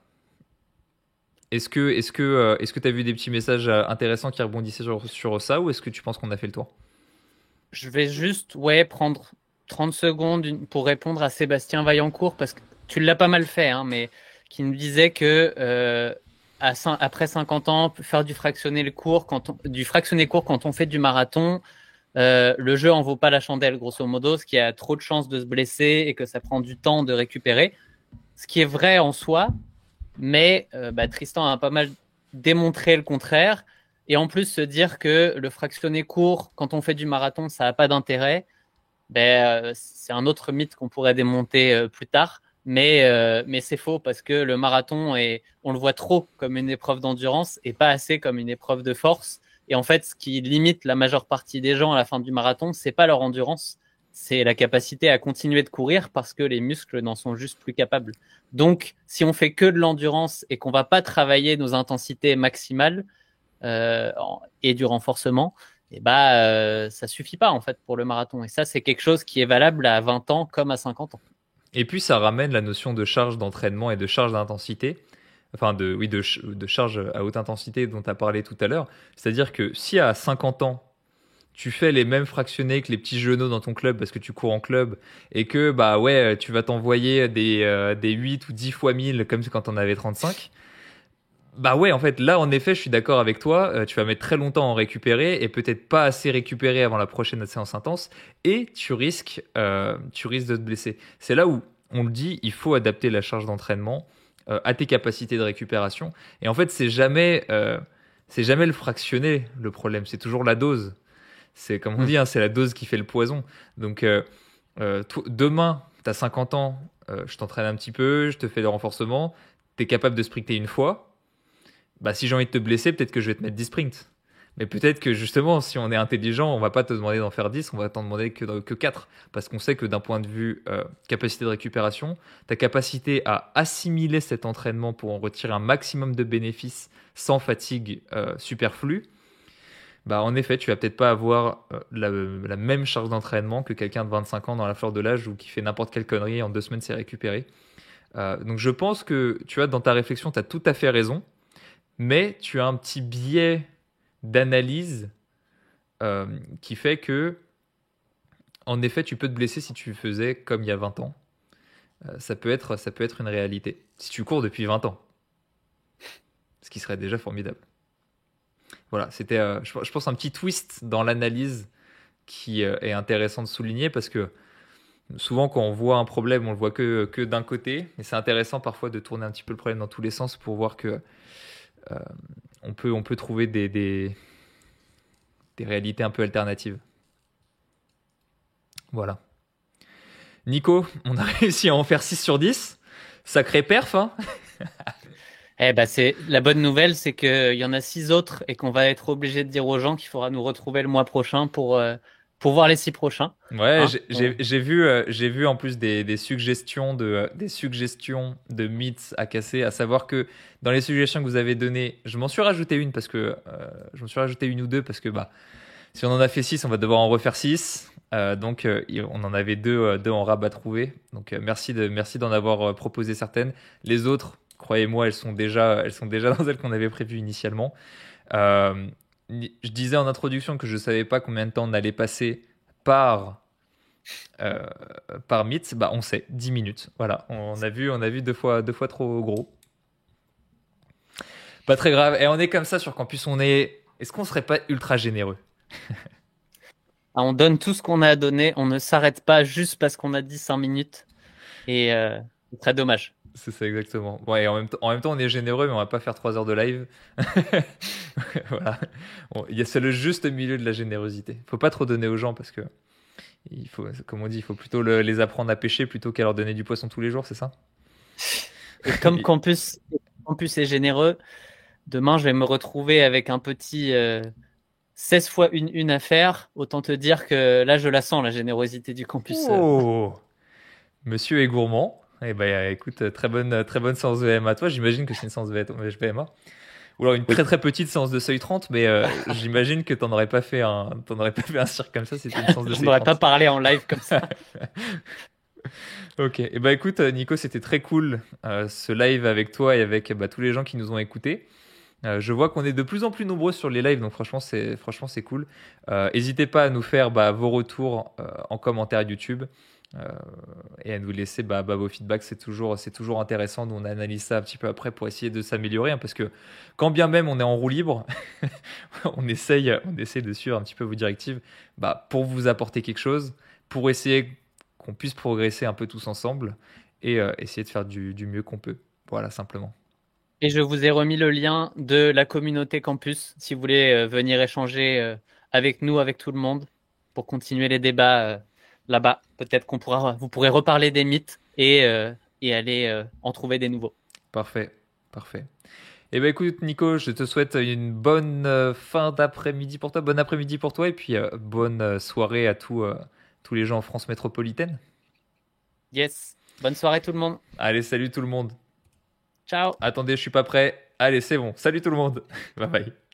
Est-ce que tu as vu des petits messages intéressants qui rebondissaient sur ça, ou est-ce que tu penses qu'on a fait le tour? Je vais juste prendre 30 secondes pour répondre à Sébastien Vaillancourt, parce que tu l'as pas mal fait, hein, mais qui nous disait que après 50 ans, faire du fractionné court quand on fait du marathon, le jeu en vaut pas la chandelle, grosso modo, ce qui a trop de chances de se blesser et que ça prend du temps de récupérer. Ce qui est vrai en soi, mais Tristan a pas mal démontré le contraire. Et en plus, se dire que le fractionné court, quand on fait du marathon, ça n'a pas d'intérêt, c'est un autre mythe qu'on pourrait démonter plus tard. Mais c'est faux parce que le marathon, on le voit trop comme une épreuve d'endurance et pas assez comme une épreuve de force. Et en fait, ce qui limite la majeure partie des gens à la fin du marathon, c'est pas leur endurance, c'est la capacité à continuer de courir parce que les muscles n'en sont juste plus capables. Donc, si on fait que de l'endurance et qu'on va pas travailler nos intensités maximales et du renforcement, ça suffit pas en fait pour le marathon. Et ça, c'est quelque chose qui est valable à 20 ans comme à 50 ans. Et puis ça ramène la notion de charge d'entraînement et de charge d'intensité, enfin de charge à haute intensité dont tu as parlé tout à l'heure. C'est-à-dire que si à 50 ans, tu fais les mêmes fractionnés que les petits genoux dans ton club parce que tu cours en club et que bah ouais, tu vas t'envoyer des 8 ou 10 fois 1000 comme quand on avait 35. Bah ouais, en fait, là, en effet, je suis d'accord avec toi. Tu vas mettre très longtemps à en récupérer et peut-être pas assez récupérer avant la prochaine séance intense et tu risques de te blesser. C'est là où on le dit, il faut adapter la charge d'entraînement à tes capacités de récupération. Et en fait, c'est jamais le fractionné le problème, c'est toujours la dose. C'est comme on dit, hein, c'est la dose qui fait le poison. Donc, demain, tu as 50 ans, je t'entraîne un petit peu, je te fais des renforcements, tu es capable de sprinter une fois. Bah, si j'ai envie de te blesser, peut-être que je vais te mettre 10 sprints. Mais peut-être que justement, si on est intelligent, on va pas te demander d'en faire 10, on va t'en demander que 4. Parce qu'on sait que d'un point de vue capacité de récupération, ta capacité à assimiler cet entraînement pour en retirer un maximum de bénéfices sans fatigue superflue, bah en effet, tu vas peut-être pas avoir la même charge d'entraînement que quelqu'un de 25 ans dans la fleur de l'âge ou qui fait n'importe quelle connerie et en 2 semaines c'est récupéré. Donc je pense que tu vois, dans ta réflexion, tu as tout à fait raison. Mais tu as un petit biais d'analyse qui fait que, en effet, tu peux te blesser si tu faisais comme il y a 20 ans. Ça peut être une réalité. Si tu cours depuis 20 ans, ce qui serait déjà formidable. Voilà, c'était, je pense, un petit twist dans l'analyse qui est intéressant de souligner parce que souvent, quand on voit un problème, on le voit que d'un côté. Mais c'est intéressant parfois de tourner un petit peu le problème dans tous les sens pour voir que on peut trouver des réalités un peu alternatives. Voilà. Nico, on a réussi à en faire 6 sur 10. Sacré perf, hein. C'est la bonne nouvelle, c'est qu'il y en a 6 autres et qu'on va être obligé de dire aux gens qu'il faudra nous retrouver le mois prochain pour voir les 6 prochains. Ouais, Hein j'ai vu en plus des suggestions de mythes à casser, à savoir que dans les suggestions que vous avez données, je m'en suis rajouté une parce que je m'en suis rajouté une ou deux parce que bah si on en a fait 6, on va devoir en refaire 6. Donc on en avait deux en rabat trouvé. Donc merci d'en avoir proposé certaines. Les autres, croyez-moi, elles sont déjà dans celles qu'on avait prévues initialement. Je disais en introduction que je savais pas combien de temps on allait passer par mythe. Bah on sait, 10 minutes. Voilà, on a vu deux fois trop gros. Pas très grave. Et on est comme ça sur Campus. Est-ce qu'on serait pas ultra généreux? On donne tout ce qu'on a à donner, on ne s'arrête pas juste parce qu'on a dit 5 minutes. Et c'est très dommage. C'est ça exactement. Ouais, et en même temps, on est généreux, mais on va pas faire 3 heures de live. Voilà. Bon, c'est le juste milieu de la générosité. Faut pas trop donner aux gens parce que comme on dit, il faut plutôt les apprendre à pêcher plutôt qu'à leur donner du poisson tous les jours, c'est ça? Et comme Campus est généreux, demain je vais me retrouver avec un petit 16 fois une à faire. Autant te dire que là je la sens, la générosité du Campus. Oh, monsieur est gourmand. Eh ben, écoute, très bonne séance de VMA. Toi, j'imagine que c'est une séance de VMA. Ou alors une très très petite séance de seuil 30, mais j'imagine que t'en aurais pas fait un cirque comme ça, c'était une séance de Je seuil n'aurais 30. pas parlé en live comme ça. Ok, et bah écoute Nico, c'était très cool ce live avec toi et avec tous les gens qui nous ont écoutés. Je vois qu'on est de plus en plus nombreux sur les lives, donc franchement c'est cool. N'hésitez pas à nous faire vos retours en commentaire YouTube euh, et à nous laisser vos feedbacks. C'est toujours intéressant. Nous on analyse ça un petit peu après pour essayer de s'améliorer, hein, parce que quand bien même on est en roue libre, on essaye de suivre un petit peu vos directives pour vous apporter quelque chose, pour essayer qu'on puisse progresser un peu tous ensemble et essayer de faire du mieux qu'on peut. Voilà, simplement. Et je vous ai remis le lien de la communauté campus si vous voulez venir échanger avec nous, avec tout le monde, pour continuer les débats là-bas. Peut-être vous pourrez reparler des mythes et aller en trouver des nouveaux. Parfait, parfait. Eh ben écoute Nico, je te souhaite une bonne fin d'après-midi pour toi, bon après-midi pour toi et puis bonne soirée à tous les gens en France métropolitaine. Yes. Bonne soirée tout le monde. Allez, salut tout le monde. Ciao. Attendez, je suis pas prêt. Allez, c'est bon. Salut tout le monde. Bye bye.